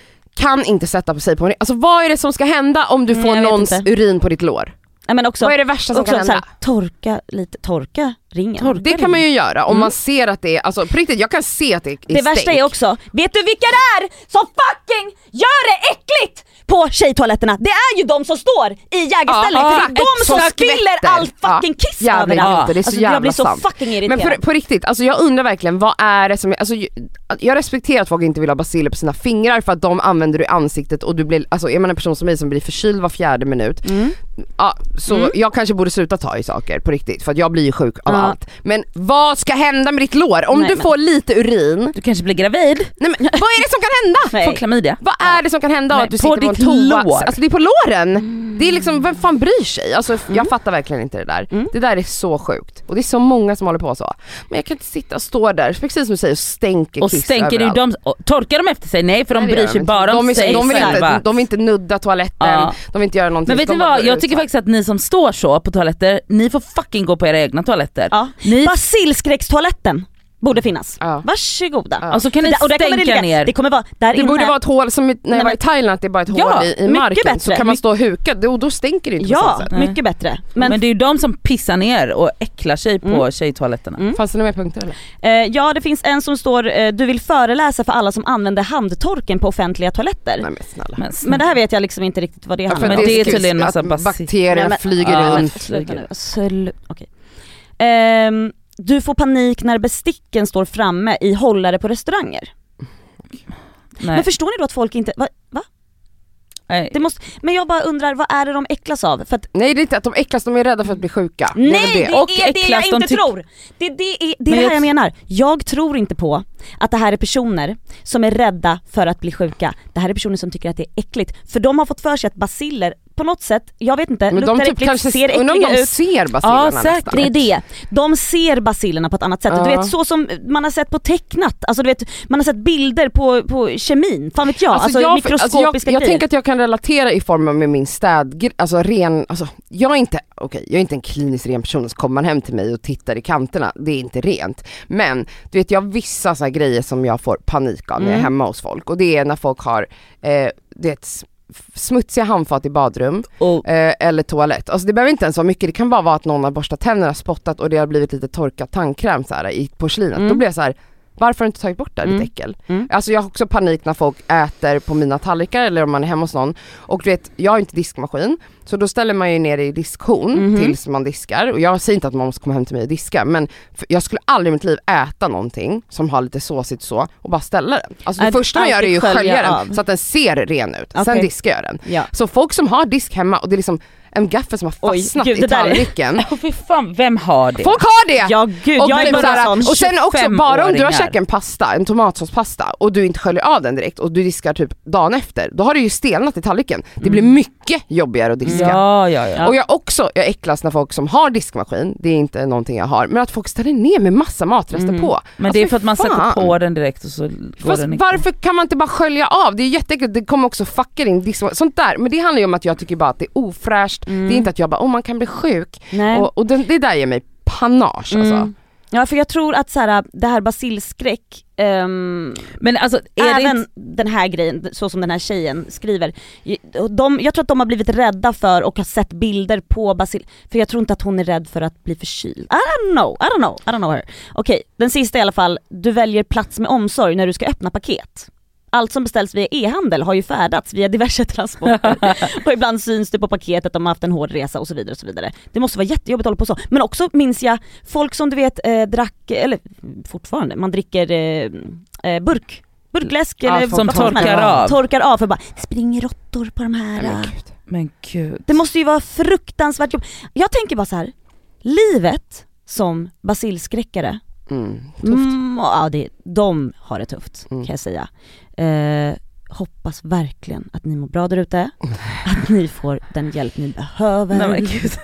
kan inte sätta på sig på en, alltså vad är det som ska hända om du Mm, får jag vet någons inte. urin på ditt lår? Nej, men också, Vad är det värsta som också kan så hända? här, torka lite, torka ringen. Torka Det kan man ju göra om Mm. man ser att det är, alltså på riktigt jag kan se att det är Det värsta är också, vet du vilka det är som fucking gör det äckligt på tjejtoaletterna? Det är ju de som står i jägerställning, Ja, för det är de som exakt. spiller all fucking Ja, kiss jävla överallt. idioter, det är så Alltså, jävla jag blir så sant. fucking irriterad. Men för, på riktigt, alltså jag undrar verkligen vad är det som, alltså ju- jag respekterar att folk inte vill ha basiller på sina fingrar för att de använder du i ansiktet och du blir, alltså är man en person som mig som blir förkyld var fjärde minut, Mm. ja, så Mm. jag kanske borde sluta ta i saker på riktigt för att jag blir ju sjuk av Ja. allt. Men vad ska hända med ditt lår? Om Nej, du men- får lite urin, Du kanske blir gravid, nej men vad är det som kan hända? Nej. får klamydia. Vad är det som kan hända av Nej, att du på sitter på en ditt toa? lår. Alltså det är på låren! Det är liksom, vem fan bryr sig? Alltså jag fattar verkligen inte det där. Mm. Det där är så sjukt. Och det är så många som håller på så. Men jag kan inte sitta och stå där, precis som du säger, och stänker Och kiss stänker du överallt. dem, och torkar de efter sig? Nej för de Nej, det bryr gör sig inte. bara om de, är, sig de, vill själva. inte, de vill inte nudda toaletten, Ja. de vill inte göra någonting. Men vet så ni de bara vad, drar jag ut tycker så. faktiskt att ni som står så på toaletter, ni får fucking gå på era egna toaletter. Ja. Ni, Basilskräckstoaletten borde finnas. Ja. Varsågoda. Ja. och så kan ni Där- och där kommer det stänka ligga- ner. Det kommer vara där Det inne. borde vara ett hål som i- när jag Nej, var i men- Thailand, att det är bara ett Ja, hål i, i mycket marken. Så bättre. kan man My- stå och huka, då, då stänker det inte på Ja, samma sätt. Nej. mycket bättre. Men, Men, det är ju de som pissar ner och äcklar sig på Mm. tjejtoaletterna. Mm. Fanns det några mer punkter eller? eh, ja det finns en som står, eh, du vill föreläsa för alla som använder handtorken på offentliga toaletter. Nej men snälla. Men, Men det här vet jag liksom inte riktigt vad det Ja, handlar för om. det är ska- tydligen en massa att basi- bakterier Nej, men- flyger Ja, runt. Sluta nu. Sl- okej. Ehm, du får panik när besticken står framme i hållare på restauranger. nej. Men förstår ni då att folk inte, va? va? nej. Det måste, men jag bara undrar, vad är det de äcklas av? För att, Nej det är inte att de äcklas, de är rädda för att bli sjuka. Det är nej väl det, det. Och är det jag äcklas, de inte tyck- tror! Det, det är det, är Men det här jag- jag menar. Jag tror inte på att det här är personer som är rädda för att bli sjuka. Det här är personer som tycker att det är äckligt. För de har fått för sig att basiller på något sätt, jag vet inte, Men luktar de typ äckligt, kanske, ser undrar om äckliga de ut. ser basillerna Ja, nästan. säkert. Det är det. De ser basillerna på ett annat sätt. Ja. Du vet så som man har sett på tecknat. Alltså du vet, man har sett bilder på, på kemin. Fan vet jag. Alltså, jag, mikroskopiska alltså jag, jag grejer. tänker att jag kan relatera i form av med min städ, alltså ren, alltså jag är inte, okej, jag är inte en kliniskt ren person, så kommer man hem till mig och tittar i kanterna, det är inte rent. Men du vet, jag har vissa så här grejer som jag får panik av när jag är Mm. hemma hos folk, och det är när folk har eh, det smutsiga handfat i badrum Och, eh, eller toalett. Alltså det behöver inte ens vara mycket, det kan bara vara att någon har borstat tänderna, spottat och det har blivit lite torkat tandkräm så här, i porslinet. Mm. Då blir jag så här: Varför har du inte tagit bort det här, Mm. ditt äckel? Mm. Alltså jag har också panik när folk äter på mina tallrikar eller om man är hemma hos någon. Och du vet, jag har inte diskmaskin. Så då ställer man ju ner det i diskhon Mhm. tills man diskar. Och jag säger inte att man måste komma hem till mig och diska. Men f- jag skulle aldrig i mitt liv äta någonting som har lite såsigt så och bara ställa den. Alltså det Att första man gör är alltid ju skölja skölja den av. så att den ser ren ut. Sen Okej. diskar jag den. Ja. Så folk som har disk hemma och det är liksom en gaffel som har Oj, fastnat gud, det i där är- tallriken. Åh fy fan, vem har det? Folk har det! Ja gud, Och, jag är typ bara såhär, sån. och sen också bara om du har tjugofemåringar. käkat en pasta, en tomatsåspasta och du inte sköljer av den direkt och du diskar typ dagen efter, då har det ju stelnat i tallriken. Det blir mycket jobbigare att diska. Ja, ja, ja. Och jag också, jag äcklas när folk som har diskmaskin, det är inte någonting jag har, men att folk ställer ner med massa matrester Mm. på. Men Alltså, det är för att man fan. sätter på den direkt och så går Fast den i. varför kan man inte bara skölja av? Det är jätteäckligt, det kommer också fucka din diskmaskin. Sånt där, men det handlar ju om att jag tycker bara att det är ofräscht. Mm. Det är inte att jag bara, oh, man kan bli sjuk. Nej. Och, och det, det där ger mig panage alltså. Mm. Ja, för jag tror att så här, det här basilskräck, ehm, Men alltså, är det även inte... den här grejen, så som den här tjejen skriver, de, jag tror att de har blivit rädda för och har sett bilder på basil, för jag tror inte att hon är rädd för att bli förkyld. I don't know, I don't know, I don't know her. Okej, den sista i alla fall, du väljer plats med omsorg när du ska öppna paket. Allt som beställs via e-handel har ju färdats via diverse transporter och ibland syns det på paketet om man haft en hård resa och så vidare och så vidare. Det måste vara jättejobbigt att hålla på så. Men också minns jag folk som du vet eh, drack, eller fortfarande, man dricker eh, eh, burk. Burkläsk Ja, eller folk som vad fan torkar är det? av. Torkar av för bara, det springer råttor på de här. Nej, men gud. Men gud. Det måste ju vara fruktansvärt jobb. Jag tänker bara så här, livet som basilskräckare, Mm, tufft. Mm, ja, det, de har det tufft Mm. kan jag säga. Eh, hoppas verkligen att ni mår bra där ute. Att ni får den hjälp ni behöver. Nej, men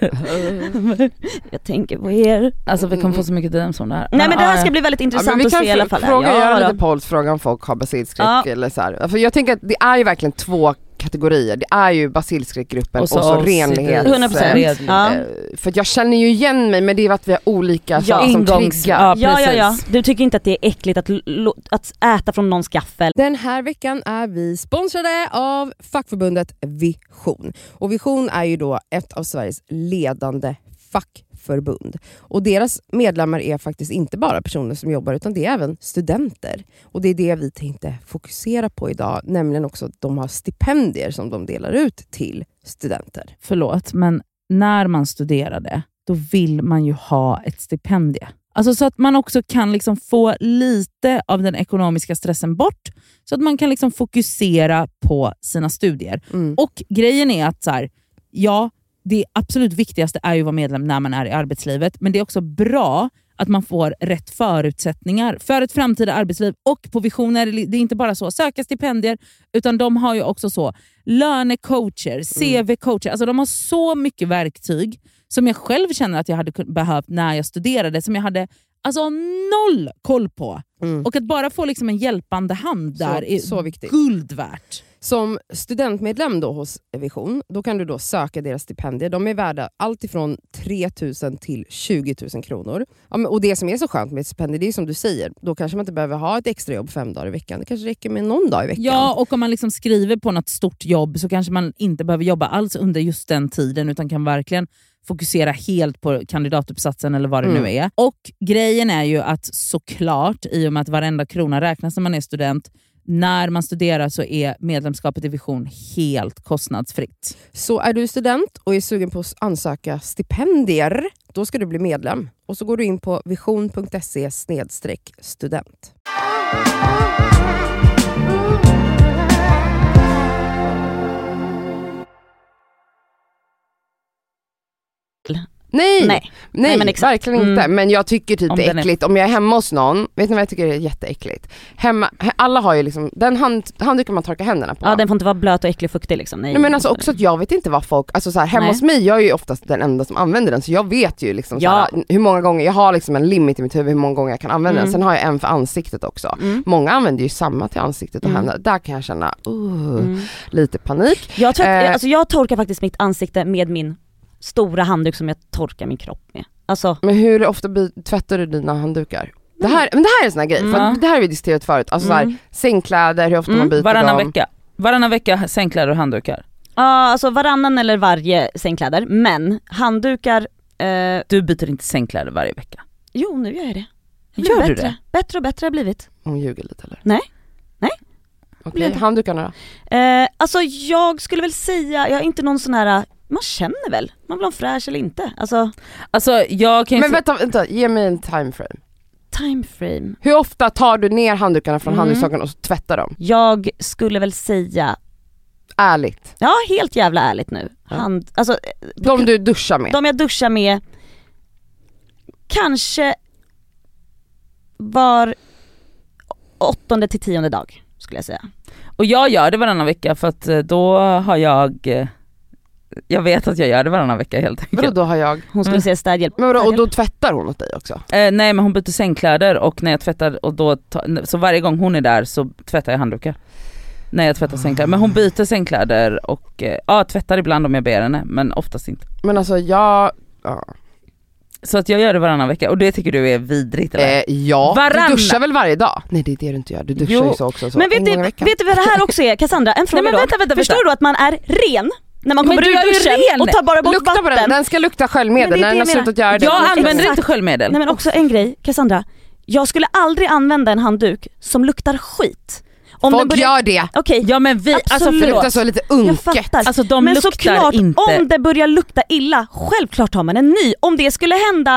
gud. Jag tänker på er. Alltså vi kommer få så mycket D Ms om det här. Nej men det här Ja, ska ja. bli väldigt Ja, intressant men vi att kan se i alla fall. fråga, Ja, göra då. lite polls, fråga om folk har basilskräck Ja. eller så här. För jag tänker att det är ju verkligen två kategorier. Det är ju basilskräckgruppen och Och så, så renlighet. hundra procent. Eh, Ja. Eh, För att jag känner ju igen mig, men det är att vi har olika Ja. saker som Ingångs- triggar. ja. Ja, ja, ja. precis. Du tycker inte att det är äckligt att, lo- att äta från någons gaffel? Den här veckan är vi sponsrade av fackförbundet Vision. Och Vision är ju då ett av Sveriges ledande fackförbund. Och deras medlemmar är faktiskt inte bara personer som jobbar, utan det är även studenter. Och det är det vi tänkte fokusera på idag, nämligen också att de har stipendier som de delar ut till studenter. Förlåt, men när man studerade, då vill man ju ha ett stipendie. Alltså så att man också kan liksom få lite av den ekonomiska stressen bort, så att man kan liksom fokusera på sina studier. Mm. Och grejen är att så här, ja, det absolut viktigaste är ju att vara medlem när man är i arbetslivet, men det är också bra att man får rätt förutsättningar för ett framtida arbetsliv. Och på Vision är det, det är inte bara så söka stipendier, utan de har ju också så lönecoacher, C V-coacher. Alltså de har så mycket verktyg som jag själv känner att jag hade kun- behövt när jag studerade, som jag hade alltså noll koll på. Mm. Och att bara få liksom en hjälpande hand där Så- är så viktigt. guld värt. Som studentmedlem då hos Vision, då kan du då söka deras stipendier. De är värda allt ifrån tre tusen till tjugo tusen kronor. Ja, men, och det som är så skönt med ett stipendium, det är som du säger, då kanske man inte behöver ha ett extra jobb fem dagar i veckan. Det kanske räcker med någon dag i veckan. Ja, och om man liksom skriver på något stort jobb så kanske man inte behöver jobba alls under just den tiden, utan kan verkligen fokusera helt på kandidatuppsatsen eller vad det Mm. nu är. Och grejen är ju att såklart, i och med att varenda krona räknas när man är student, när man studerar så är medlemskapet i Vision helt kostnadsfritt. Så är du student och är sugen på att ansöka stipendier, då ska du bli medlem. Och så går du in på vision punkt se snedstreck student. Nej, nej, Nej. Nej, men exakt. verkligen inte. Mm. Men jag tycker typ Om det är den är- äckligt. Om jag är hemma hos någon, vet ni vad jag tycker är jätteäckligt? Hemma, he- alla har ju liksom, den hand, handduken man torkar händerna på. Ja, den får inte vara blöt och äcklig och fuktig liksom. Nej, Nej, men alltså också att jag vet inte vad folk, alltså så här, hemma Nej. hos mig, jag är ju oftast den enda som använder den, så jag vet ju liksom så Ja. här, hur många gånger, jag har liksom en limit i mitt huvud hur många gånger jag kan använda Mm. den. Sen har jag en för ansiktet också. Mm. Många använder ju samma till ansiktet och Mm. händerna. Där kan jag känna uh, Mm. lite panik. Jag, tror att, Eh. alltså jag torkar faktiskt mitt ansikte med min stora handduk som jag torkar min kropp med. Alltså, Men hur ofta by- tvättar du dina handdukar? Det här, men det här är en sån här grej, för Mm. att det här har vi diskuterat förut. Alltså så här, Mm. sängkläder, hur ofta Mm. man byter Varannan dem. vecka. Varannan vecka sängkläder och handdukar. ja, alltså varannan eller varje sängkläder, men handdukar, eh, Du byter inte sängkläder varje vecka. jo nu gör jag det. Gör bättre. du det? Bättre och bättre har blivit. Hon ljuger lite eller? Nej. Nej. Okej, okay. Handdukarna då? Eh, alltså jag skulle väl säga, jag är inte någon sån här, man känner väl, man vill ha en fräsch eller inte. Alltså, alltså jag kan ju Men se... vänta, vänta, ge mig en timeframe. Timeframe. Hur ofta tar du ner handdukarna från Mm. handdukshaken och så tvättar dem? Jag skulle väl säga, Ärligt. ja helt jävla ärligt nu. Ja. Hand, alltså, De du duschar med? de jag duschar med, kanske var åttonde till tionde dag skulle jag säga. Och jag gör det varannan vecka för att då har jag, jag vet att jag gör det varannan vecka helt enkelt. Vadå, då har jag? Hon skulle Mm. säga städhjälp. Men vadå, och då tvättar hon åt dig också? Eh, nej men hon byter sängkläder och när jag tvättar och då ta, så varje gång hon är där så tvättar jag handdukar. När jag tvättar sängkläder. Men hon byter sängkläder och eh, ja, tvättar ibland om jag ber henne men oftast inte. Men alltså jag... Ja, Så att jag gör det varannan vecka och det tycker du är vidrigt eller? eh, ja. Varannan. Du duschar väl varje dag? Nej det är det du inte gör, du duschar Jo. ju så också så Men vet en du, gång i veckan. vet du vad det här också är? Cassandra, en fråga Nej, men då. vänta, vänta, Förstår vänta. du att man är ren när man Men kommer du ur är ju duschen ren. och tar bara bort Lukta på den, vatten? den ska lukta sköljmedel Men det är när den det har jag slutat göra det. Jag Men använder exakt. inte sköljmedel. Nej men också en grej, Cassandra. Jag skulle aldrig använda en handduk som luktar skit. Om den Folk börjar... gör det. Okej, Ja men vi, alltså Absolut. Det luktar förlåt. så lite jag unket. fattar. Alltså de men luktar såklart, inte. om det börjar lukta illa, självklart tar man en ny. Om det skulle hända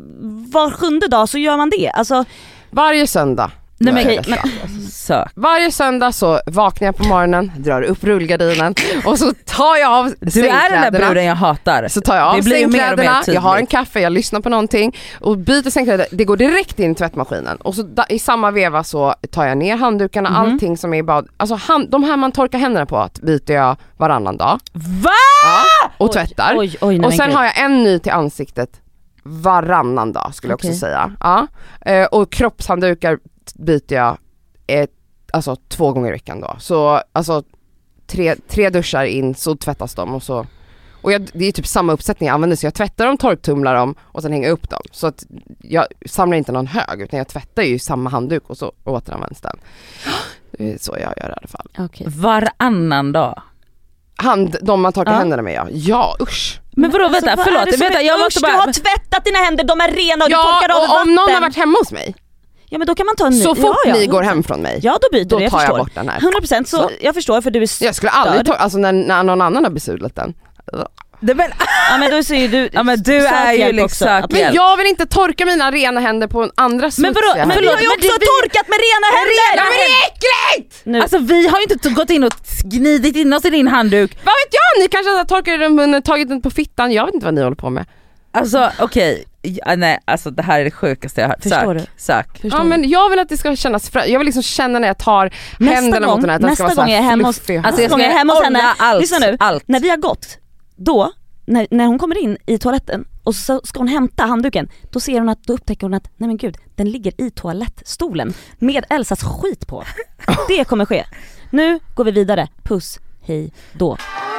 var sjunde dag så gör man det. Alltså, Varje söndag. Nej men, gör okej, jag men detta. sök. Varje söndag så vaknar jag på morgonen, drar upp rullgardinen och så tar jag av Du är den där bruden jag hatar. Så tar jag av Det blir ju mer och mer sängkläderna, jag har en tydligt. kaffe, jag lyssnar på någonting och byter sängkläder. Det går direkt in i tvättmaskinen och så da, i samma veva så tar jag ner handdukarna, Mhm. allting som är i bad. Alltså hand, de här man torkar händerna på att byter jag varannan dag. Va? Ja, och tvättar. Oj, oj, nej, och men sen gud. har jag en ny till ansiktet varannan dag skulle jag Okej. också säga. Ja. Eh, och kroppshanddukar byter jag ett, alltså två gånger i veckan då. Så alltså tre, tre duschar in så tvättas de och så. Och jag, det är typ samma uppsättning jag använder så jag tvättar dem, torktumlar dem och sen hänger upp dem. Så att jag samlar inte någon hög utan jag tvättar ju samma handduk och så återanvänds den. Det är så jag gör i alla fall. Okej. Varannan dag. Hand, de man torkar Ja. händerna med ja. Ja usch. Men vadå Alltså, vänta, vad är förlåt. det som Vänta, är- jag usch, måste du bara... har tvättat dina händer, de är rena och du Ja torkar av och vatten. om någon har varit hemma hos mig Ja men då kan man ta en ny. så fort ja, ja, ni går hundra procent. hem från mig Ja då byter då du, jag tar jag förstår. bort den här. hundra procent så, Så. jag förstår för du är Jag skulle aldrig störd. ta, alltså när, när någon annan har besudlat den. Det, men, Ja men då säger du, ja, men du sök är ju hjälp liksom också. sök Men hjälp. jag vill inte torka mina rena händer på andra smutsiga Men vadå, men händer. Men vi har ju Men också det- vi- torkat med rena händer! Ja men det är äckligt! Nu. Alltså vi har ju inte gått in och gnidit in oss i din handduk. Vad vet jag, ni kanske har torkat den munnen, tagit den på fittan, jag vet inte vad ni håller på med. Alltså okej, ja, nej alltså det här är det sjukaste jag har hört. Förstår Sök, du? sök. Förstår Ja du? men jag vill att det ska kännas frä- jag vill liksom känna när jag tar Nästa händerna gång- mot den här, att den nästa ska vara så gång här jag är hemma hos- fluffig. Alltså jag Gånger ska jag är hemma hos henne. olla allt. Lyssna nu. Allt. När vi har gått, då, när, när hon kommer in i toaletten och så ska hon hämta handduken, då ser hon att, då upptäcker hon att, nej men gud, den ligger i toalettstolen med Elsas skit på. Det kommer ske. Nu går vi vidare. Puss, hej då.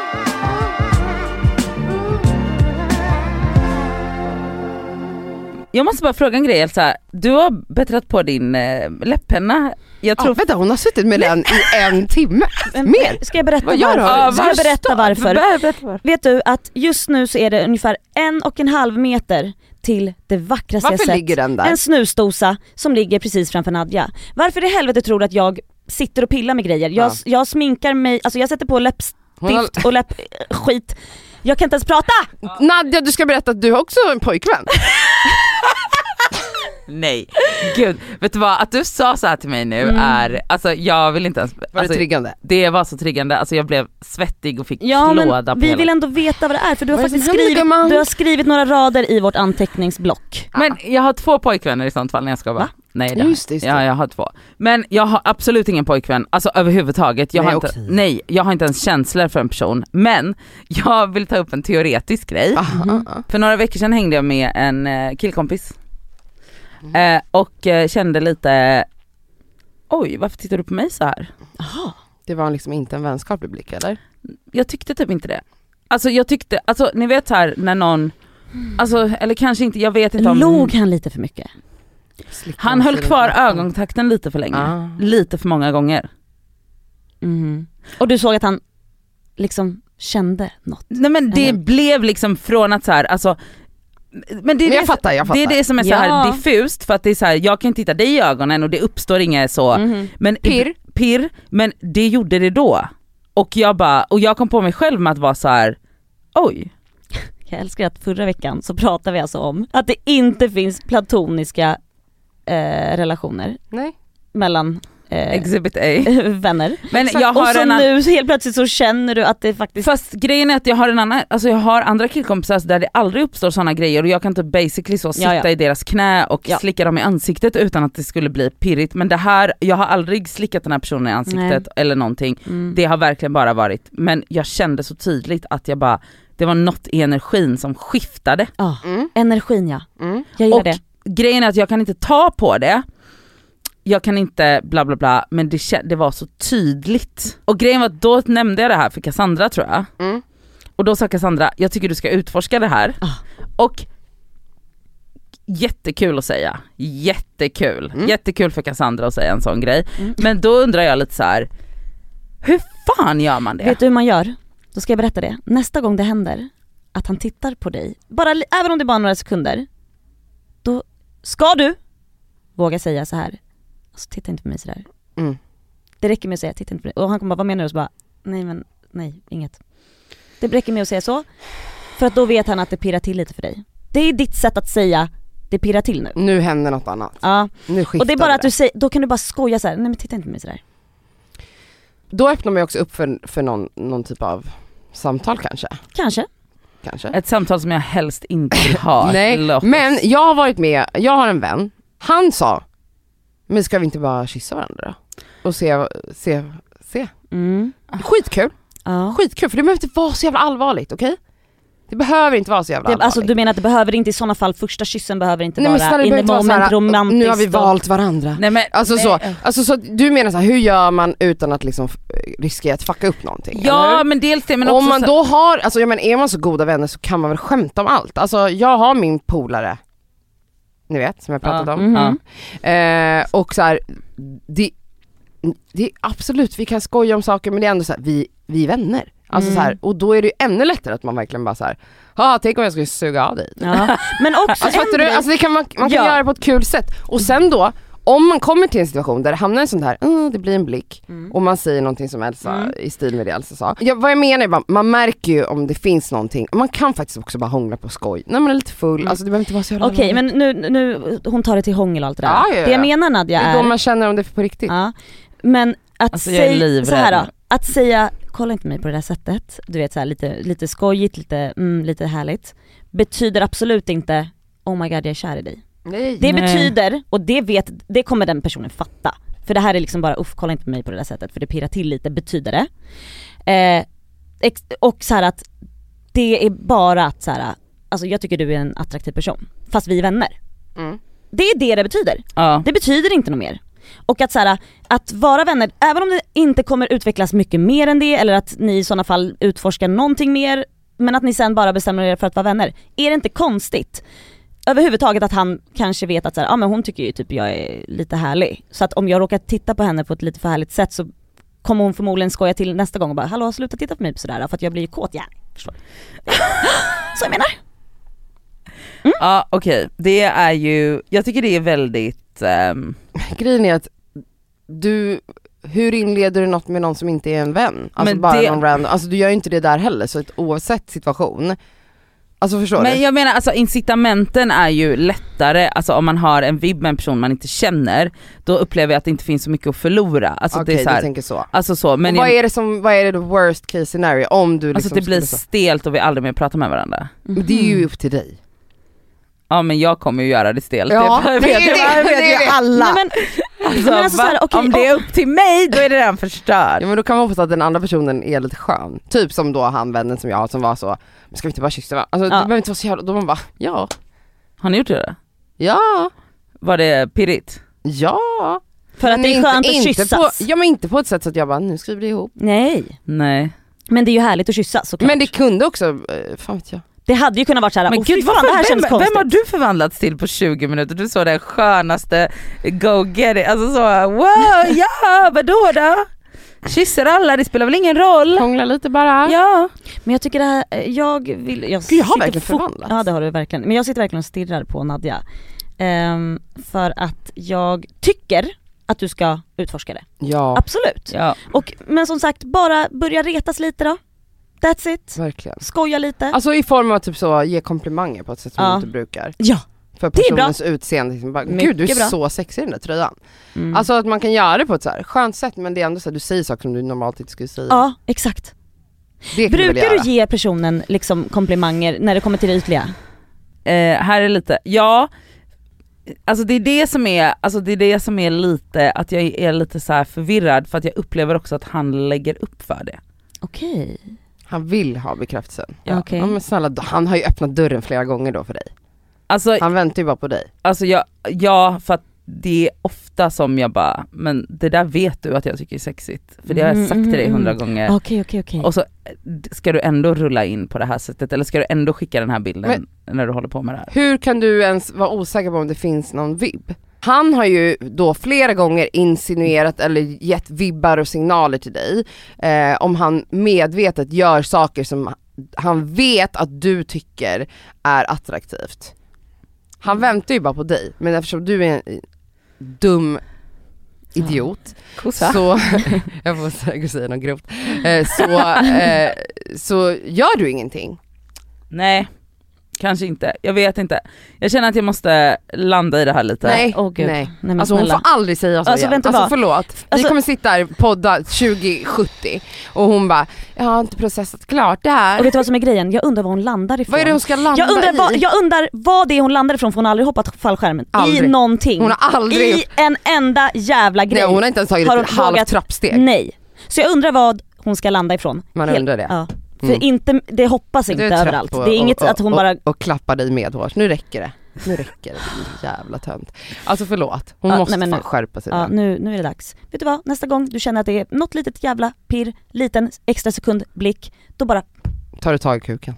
Jag måste bara fråga en grej Elsa, du har bättrat på din eh, läpppenna. Jag Ja, tror vänta, hon har suttit med den i en timme. Mer? Ska jag berätta Vad gör du? varför? Ja, Ska jag berätta varför? Berätta varför. Vet du att just nu så är det ungefär en och en halv meter till det vackraste jag Varför sett. ligger den där? En snusdosa som ligger precis framför Nadja. Varför i helvete tror du att jag sitter och pillar med grejer? Jag, Ja. jag sminkar mig, alltså jag sätter på läppstift Hon har- och läppskit. Jag kan inte ens prata! Nadja, du ska berätta att du har också en pojkvän. Nej, gud, vet du vad, att du sa så här till mig nu Mm. är, alltså jag vill inte ens, Var alltså, det triggande? det var så triggande, alltså jag blev svettig och fick Ja klåda men på vi hela. vill ändå veta vad det är för du har Vad är det faktiskt som händer, skrivit, gumman? du har skrivit några rader i vårt anteckningsblock. Men jag har två pojkvänner i sånt fall när jag ska vara. Va? Nej det Just det, just det. Ja, jag har två. Men jag har absolut ingen pojkvän, alltså överhuvudtaget. Jag Nej, har inte, okej. nej, jag har inte ens känslor för en person. Men jag vill ta upp en teoretisk grej. Aha, aha. För några veckor sedan hängde jag med en eh, killkompis. Eh, och eh, kände lite, oj varför tittar du på mig så här? Jaha. Det var liksom inte en vänskaplig blick eller? Jag tyckte typ inte det. Alltså jag tyckte, alltså ni vet här när någon, alltså eller kanske inte, jag vet inte om... Låg han lite för mycket? Slickade Han höll sig kvar runt. ögonkontakten lite för länge. Ah. Lite för många gånger. Mm. Och du såg att han liksom kände något? Nej men det Eller? blev liksom från att så här, alltså Men det är, Men jag det, fattar, jag fattar. det är det som är så Ja. här diffust, för att det är så här, jag kan titta dig i ögonen och det uppstår inget så Mhm. men Pirr. pirr, men det gjorde det då. Och jag bara, och jag kom på mig själv med att vara så här: oj. Jag älskar att förra veckan så pratade vi alltså om att det inte finns platoniska eh, relationer Nej. mellan eh, Exhibit A. vänner. Men jag Och har så en annan, nu så helt plötsligt så känner du att det faktiskt... fast grejen är att jag har en annan, alltså jag har andra killkompisar där det aldrig uppstår sådana grejer och jag kan inte basically så sitta Ja, ja. i deras knä och Ja. slicka dem i ansiktet utan att det skulle bli pirrigt. Men det här, jag har aldrig slickat den här personen i ansiktet eller någonting. Mm. Det har verkligen bara varit, men jag kände så tydligt att jag bara, det var något i energin som skiftade. Ja, Mm. energin ja. Mm. Jag gillar Och det. grejen är att jag kan inte ta på det, jag kan inte bla bla bla, men det, kä- det var så tydligt. Och grejen var att då nämnde jag det här för Cassandra tror jag. Mm. Och då sa Cassandra, jag tycker du ska utforska det här. Ah. Och jättekul att säga, jättekul. Mm. Jättekul för Cassandra att säga en sån grej. Mm. Men då undrar jag lite så här: hur fan gör man det? Vet du hur man gör? Då ska jag berätta det. Nästa gång det händer att han tittar på dig, bara, li- även om det är bara några sekunder, då ska du våga säga så här: alltså, titta inte på mig sådär. Mm. Det räcker med att säga titta inte på mig. Och han kommer bara, vad menar du? Och så bara, nej men nej, inget. Det räcker med att säga så, för att då vet han att det pirrar till lite för dig. Det är ditt sätt att säga det pirrar till nu. Nu händer något annat. Ja. Nu skiftar Och det är bara det. att du säger, då kan du bara skoja så här: nej men titta inte på mig sådär. Då öppnar man ju också upp för, för någon, någon typ av samtal kanske. Kanske. kanske. Ett samtal som jag helst inte vill ha. Nej, Låt men oss. jag har varit med, jag har en vän, han sa, men ska vi inte bara kyssa varandra då? Och se, se, se. Mm. Skitkul, Ja. skitkul, för det behöver inte vara så jävla allvarligt, okej? Det behöver inte vara så jävla Det, allvarligt. alltså du menar att det behöver inte i sådana fall, första kyssen behöver inte Nej, men vara snälla, det in behöver the inte vara moment, så här, romantiskt. nu har vi och- valt varandra. Nej, men, Alltså nej. så, alltså så, du menar så här, hur gör man utan att liksom riskera att fucka upp någonting? eller Ja hur? men dels det, men också Om man så- då har, alltså jag menar, är man så goda vänner så kan man väl skämta om allt. Alltså jag har min polare, ni vet, som jag pratat Ja. om. Mhm. Eh, och så här, det, det är absolut, vi kan skoja om saker, men det är ändå så här, vi, vi är vänner. Alltså Mm. så här, och då är det ju ännu lättare att man verkligen bara så här, ja tänk om jag skulle suga av dig. Ja. Men också Alltså, fattar en du? grej- Alltså det kan man, man kan Ja. göra det på ett kul sätt. Och sen då, om man kommer till en situation där det hamnar en sån här, uh, det blir en blick, Mm. och man säger någonting som Elsa, Mm. i stil med det Elsa sa. Ja, vad jag menar är bara, man märker ju om det finns någonting, man kan faktiskt också bara hångla på skoj. När man är lite full, Mm. alltså det behöver inte vara så jävla Okej, allvarligt. men nu, nu, hon tar det till hångel och allt det där. Ja, ja, ja. Det jag menar Nadja Det är är, då man känner om det är på riktigt. ja, men att Alltså, jag är säga livrädd så här då, nu. att säga kolla inte mig på det där sättet, du vet så här, lite, lite skojigt, lite, mm, lite härligt, betyder absolut inte oh my god jag är kär i dig. Nej. Det Nej. betyder, och det vet, det kommer den personen fatta. För det här är liksom bara, uff kolla inte på mig på det där sättet, för det pirrar till lite, betyder det. Eh, ex- och så här att det är bara att så här, alltså jag tycker du är en attraktiv person, fast vi är vänner. Mm. Det är det det betyder. Ja. Det betyder inte något mer. Och att så här, att vara vänner, även om det inte kommer utvecklas mycket mer än det, eller att ni i sådana fall utforskar någonting mer, men att ni sen bara bestämmer er för att vara vänner, är det inte konstigt överhuvudtaget att han kanske vet att så här, ja, men hon tycker ju typ jag är lite härlig, så att om jag råkar titta på henne på ett lite för härligt sätt så kommer hon förmodligen skoja till nästa gång och bara hallå sluta titta på mig sådär för att jag blir ju kåt, ja, förstår. Så jag menar. Ja okej, det är ju, jag tycker det är väldigt ehm, Grejen är att du, hur inleder du något med någon som inte är en vän? Alltså Men bara det- någon random, alltså du gör ju inte det där heller, så att oavsett situation, alltså förstår men du? jag menar alltså incitamenten är ju lättare, alltså om man har en vibb med en person man inte känner, då upplever jag att det inte finns så mycket att förlora. Alltså Okej, det är så du här, tänker så. alltså så, men Men vad jag, är det som, vad är det the worst case scenario om du liksom alltså det blir skulle så? stelt och vi aldrig mer pratar med varandra. Men det är ju upp till dig. Ja men jag kommer ju göra det stelt. Ja, det det vet, är ju- det, det vet det ju är det. alla. Nej, men, Alltså, men alltså så här, va? okej, om det är upp till mig då är det redan förstört. Ja men då kan man hoppas att den andra personen är lite skön. Typ som då han vännen som jag har som var så, men ska vi inte bara kyssa va? Alltså Ja. det behöver inte vara så jävla, då man bara, ja, Har ni gjort det? ja, Var det pirrigt? ja. för att Men det är inte- skönt att inte kyssas. På, ja men inte på ett sätt så att jag bara, nu skriver det ihop. Nej, Nej. men det är ju härligt att kyssas såklart. Men det kunde också, eh, fan vet jag. Det hade ju kunnat vara såhär, Men oh, gud, fy fan, varför, det här känns vem, konstigt. vem har du förvandlats till på tjugo minuter? Du såg den skönaste go get it, alltså så wow, ja vadå då? kysser alla, det spelar väl ingen roll. Hångla lite bara. Ja. Men jag tycker det här, jag vill... Jag, Gud, jag har sitter verkligen fort- förvandlats. Ja det har du verkligen. Men jag sitter verkligen och stirrar på Nadja. Ehm, för att jag tycker att du ska utforska det. Ja, Absolut. Ja. Och, men som sagt, bara börja retas lite då. That's it. verkligen. Skoja lite. Alltså i form av typ så, ge komplimanger på ett sätt som Ja. du inte brukar. Ja. För Det är bra. personens utseende. Liksom bara, Mycket Gud, du är bra. så sexig i den där tröjan. Mm. Alltså att man kan göra det på ett så här skönt sätt, men det är ändå så att du säger saker som du normalt inte skulle säga. Ja, exakt. Det kan du väl Brukar göra. du ge personen liksom komplimanger när det kommer till det ytliga? Eh, här är lite, ja, alltså det är det som är, alltså det är det som är lite, att jag är lite så här förvirrad för att jag upplever också att han lägger upp för det. Okej. Han vill ha bekräftelsen. Ja. Okej. Ja, men snälla, han har ju öppnat dörren flera gånger då för dig. Alltså, Han väntar ju bara på dig. alltså jag, ja, för att det är ofta som jag bara, men det där vet du att jag tycker är sexigt. För det har jag Mm, sagt till dig mm, hundra mm. gånger. Okej, okej, okej. Och så ska du ändå rulla in på det här sättet, eller ska du ändå skicka den här bilden när du håller på med det här? Hur kan du ens vara osäker på om det finns någon vibb? Han har ju då flera gånger insinuerat eller gett vibbar och signaler till dig eh, om han medvetet gör saker som han vet att du tycker är attraktivt. Han väntar ju bara på dig, men eftersom du är en dum idiot Kossa. så, jag får säkert säga något grovt, eh, så, eh, så gör du ingenting. Nej, kanske inte. Jag vet inte. Jag känner att jag måste landa i det här lite. Nej, Åh, gud. nej. Nej, men Alltså hon snälla. får aldrig säga så Alltså, igen. vänta, Alltså vad? förlåt. Vi Alltså- kommer sitta här podda tjugo sjuttio och hon bara, jag har inte processat klart det här. Och vet du vad som är grejen? Jag undrar var hon landar ifrån. Vad är det hon ska landa jag, undrar i? vad, jag undrar vad det är hon landar ifrån, för hon har aldrig hoppat fallskärmen. Aldrig. I någonting. Hon har aldrig I gjort... en enda jävla grej. Nej, hon har inte ens tagit Har ett hon halvt vågat- trappsteg. Nej. Så jag undrar vad hon ska landa ifrån. Man Helt- undrar det. Ja. För Mm. inte, det hoppas Du inte är trött överallt. på- Det är inget och, att hon och, bara... Och, och klappar dig medhårs. Nu räcker det. Nu räcker det, din jävla tönt. Alltså förlåt. Hon Ja, måste nej, men fan nu- skärpa sig. Ja, där. nu, nu är det dags. Vet du vad? Nästa gång du känner att det är något litet jävla pirr, liten extra sekund blick, då bara... Tar du tag i kuken.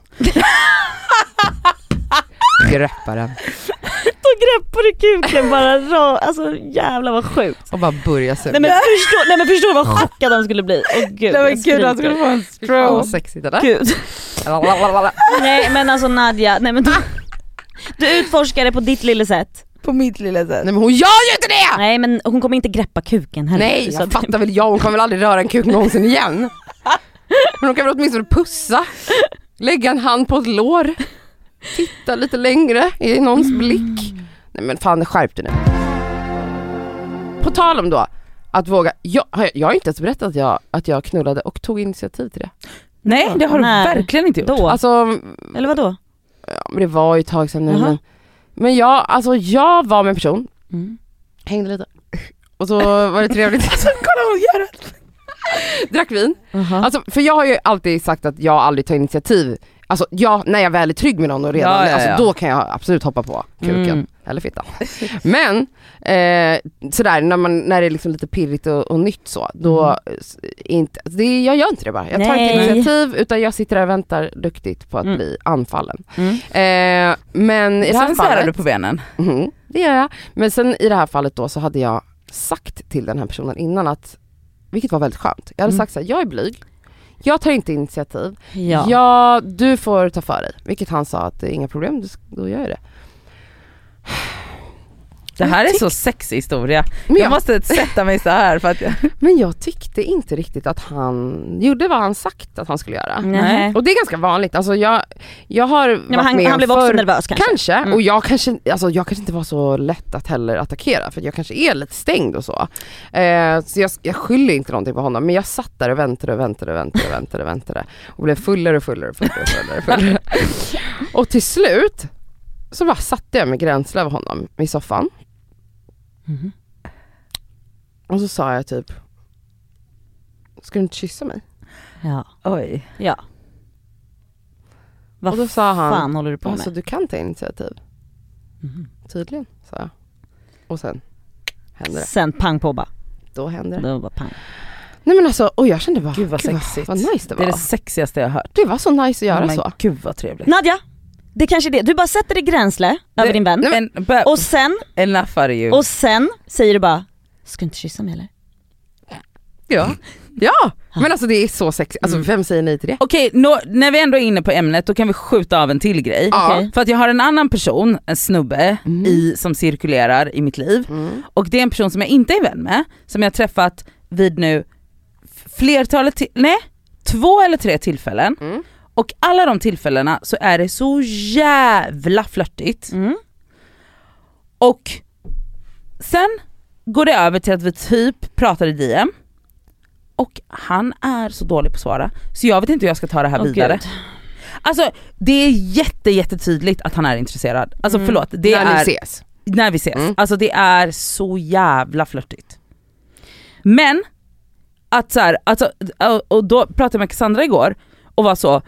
Greppa den. Då greppar du kuken bara rå. Alltså jävla vad sjukt. Och bara börja suga. Nej men förstå, nej, men förstå vad chockad han skulle bli. Åh gud, Nej men jag gud, han skriker. skulle få en Fy fan vad stroke. sexigt eller? Gud. Nej men alltså Nadja, nej men du, du utforskar det på ditt lilla sätt. På mitt lilla sätt. Nej men hon gör ju inte det! Nej men hon kommer inte greppa kuken heller. Nej, Så jag att- fattar väl jag. Hon kommer väl aldrig röra en kuk någonsin igen. Men hon kan väl åtminstone pussa. Lägga en hand på ett lår. Titta lite längre i någons blick. Nej men fan, skärp dig nu. På tal om då att våga. Jag, har- jag har inte ens berättat att jag, att jag knullade och tog initiativ till det. Nej, det har du Nej. verkligen inte gjort. Då? Alltså, Eller vad då? ja, men det var ju ett tag sedan nu. Jaha. Men, men jag, alltså jag var med en person. Mm. Hängde lite. Och så var det trevligt. Kolla vad hon gör det. Drack vin. Aha. Alltså, för jag har ju alltid sagt att jag aldrig tar initiativ. Alltså jag, när jag väl är trygg med någon och redan, Ja, ja, ja. Alltså, då kan jag absolut hoppa på kuken. Mm. Eller fittan. Men eh, sådär när, man, när det är liksom lite pirrigt och, och nytt så, då Mm. s- inte, det, jag gör inte det bara. Jag tar Nej. inte initiativ utan jag sitter där och väntar duktigt på att Mm. bli anfallen. Mm. Eh, men i det här Sen särar fallet, du på benen. Mhm, det gör jag. Men sen i det här fallet då så hade jag sagt till den här personen innan att, vilket var väldigt skönt. Jag hade Mm. sagt så här, jag är blyg. Jag tar inte initiativ. Ja. Ja, du får ta för dig. Vilket han sa att det är inga problem, du- då gör jag det. Det här är Jag så sexig historia. Men Jag jag, måste sätta mig så här för att jag... men jag tyckte inte riktigt att han gjorde vad han sagt att han skulle göra. Nej. Och det är ganska vanligt. Alltså jag, jag har varit Nej, men han, med han om blev också förr- nervös kanske. Kanske, Mm. och jag kanske, alltså jag kanske inte var så lätt att heller attackera för jag kanske är lite stängd och så. Eh, så jag, jag skyller inte någonting på honom, men jag satt där och väntade och väntade och väntade och väntade och väntade och blev fullare och fullare och fullare och fullare, och fullare. Och till slut så bara satte jag mig gränsle över honom i soffan Mhm. och så sa jag typ, ska du inte kyssa mig? Ja. Oj. Ja. Vad Och då sa han, fan håller du på med? alltså du kan ta initiativ. Mhm. Tydligen, sa jag. Och sen hände det. Sen pang på bara. Då hände det. Det var pang. Nej men alltså, och jag kände bara, Gud vad sexigt. vad nice det Det är var. det sexigaste jag har hört. Det var så nice att göra Men så. Gud vad trevligt. Nadja, det kanske är det. Du bara sätter dig gränsle över din vän. En, but, Och sen, enough are you. och sen säger du bara, ska du inte kyssa mig eller? Ja. Ja, men alltså det är så sexigt. Alltså vem säger nej till det? Okej, nå, när vi ändå är inne på ämnet då kan vi skjuta av en till grej. Ja. Okej. För att jag har en annan person, en snubbe Mm. i, som cirkulerar i mitt liv. Mm. Och det är en person som jag inte är vän med, som jag har träffat vid nu flertalet, till, nej, två eller tre tillfällen. Mm. Och alla de tillfällena så är det så jävla flörtigt. Mm. Och sen går det över till att vi typ pratar i D M. Och han är så dålig på att svara, så jag vet inte hur jag ska ta det här Åh, vidare. Gud. Alltså det är jätte, jättetydligt att han är intresserad. Alltså Mm. förlåt, det När är... ni ses. När vi ses. Mm. Alltså det är så jävla flörtigt. Men att så här, alltså, och då pratade jag med Cassandra igår och var så,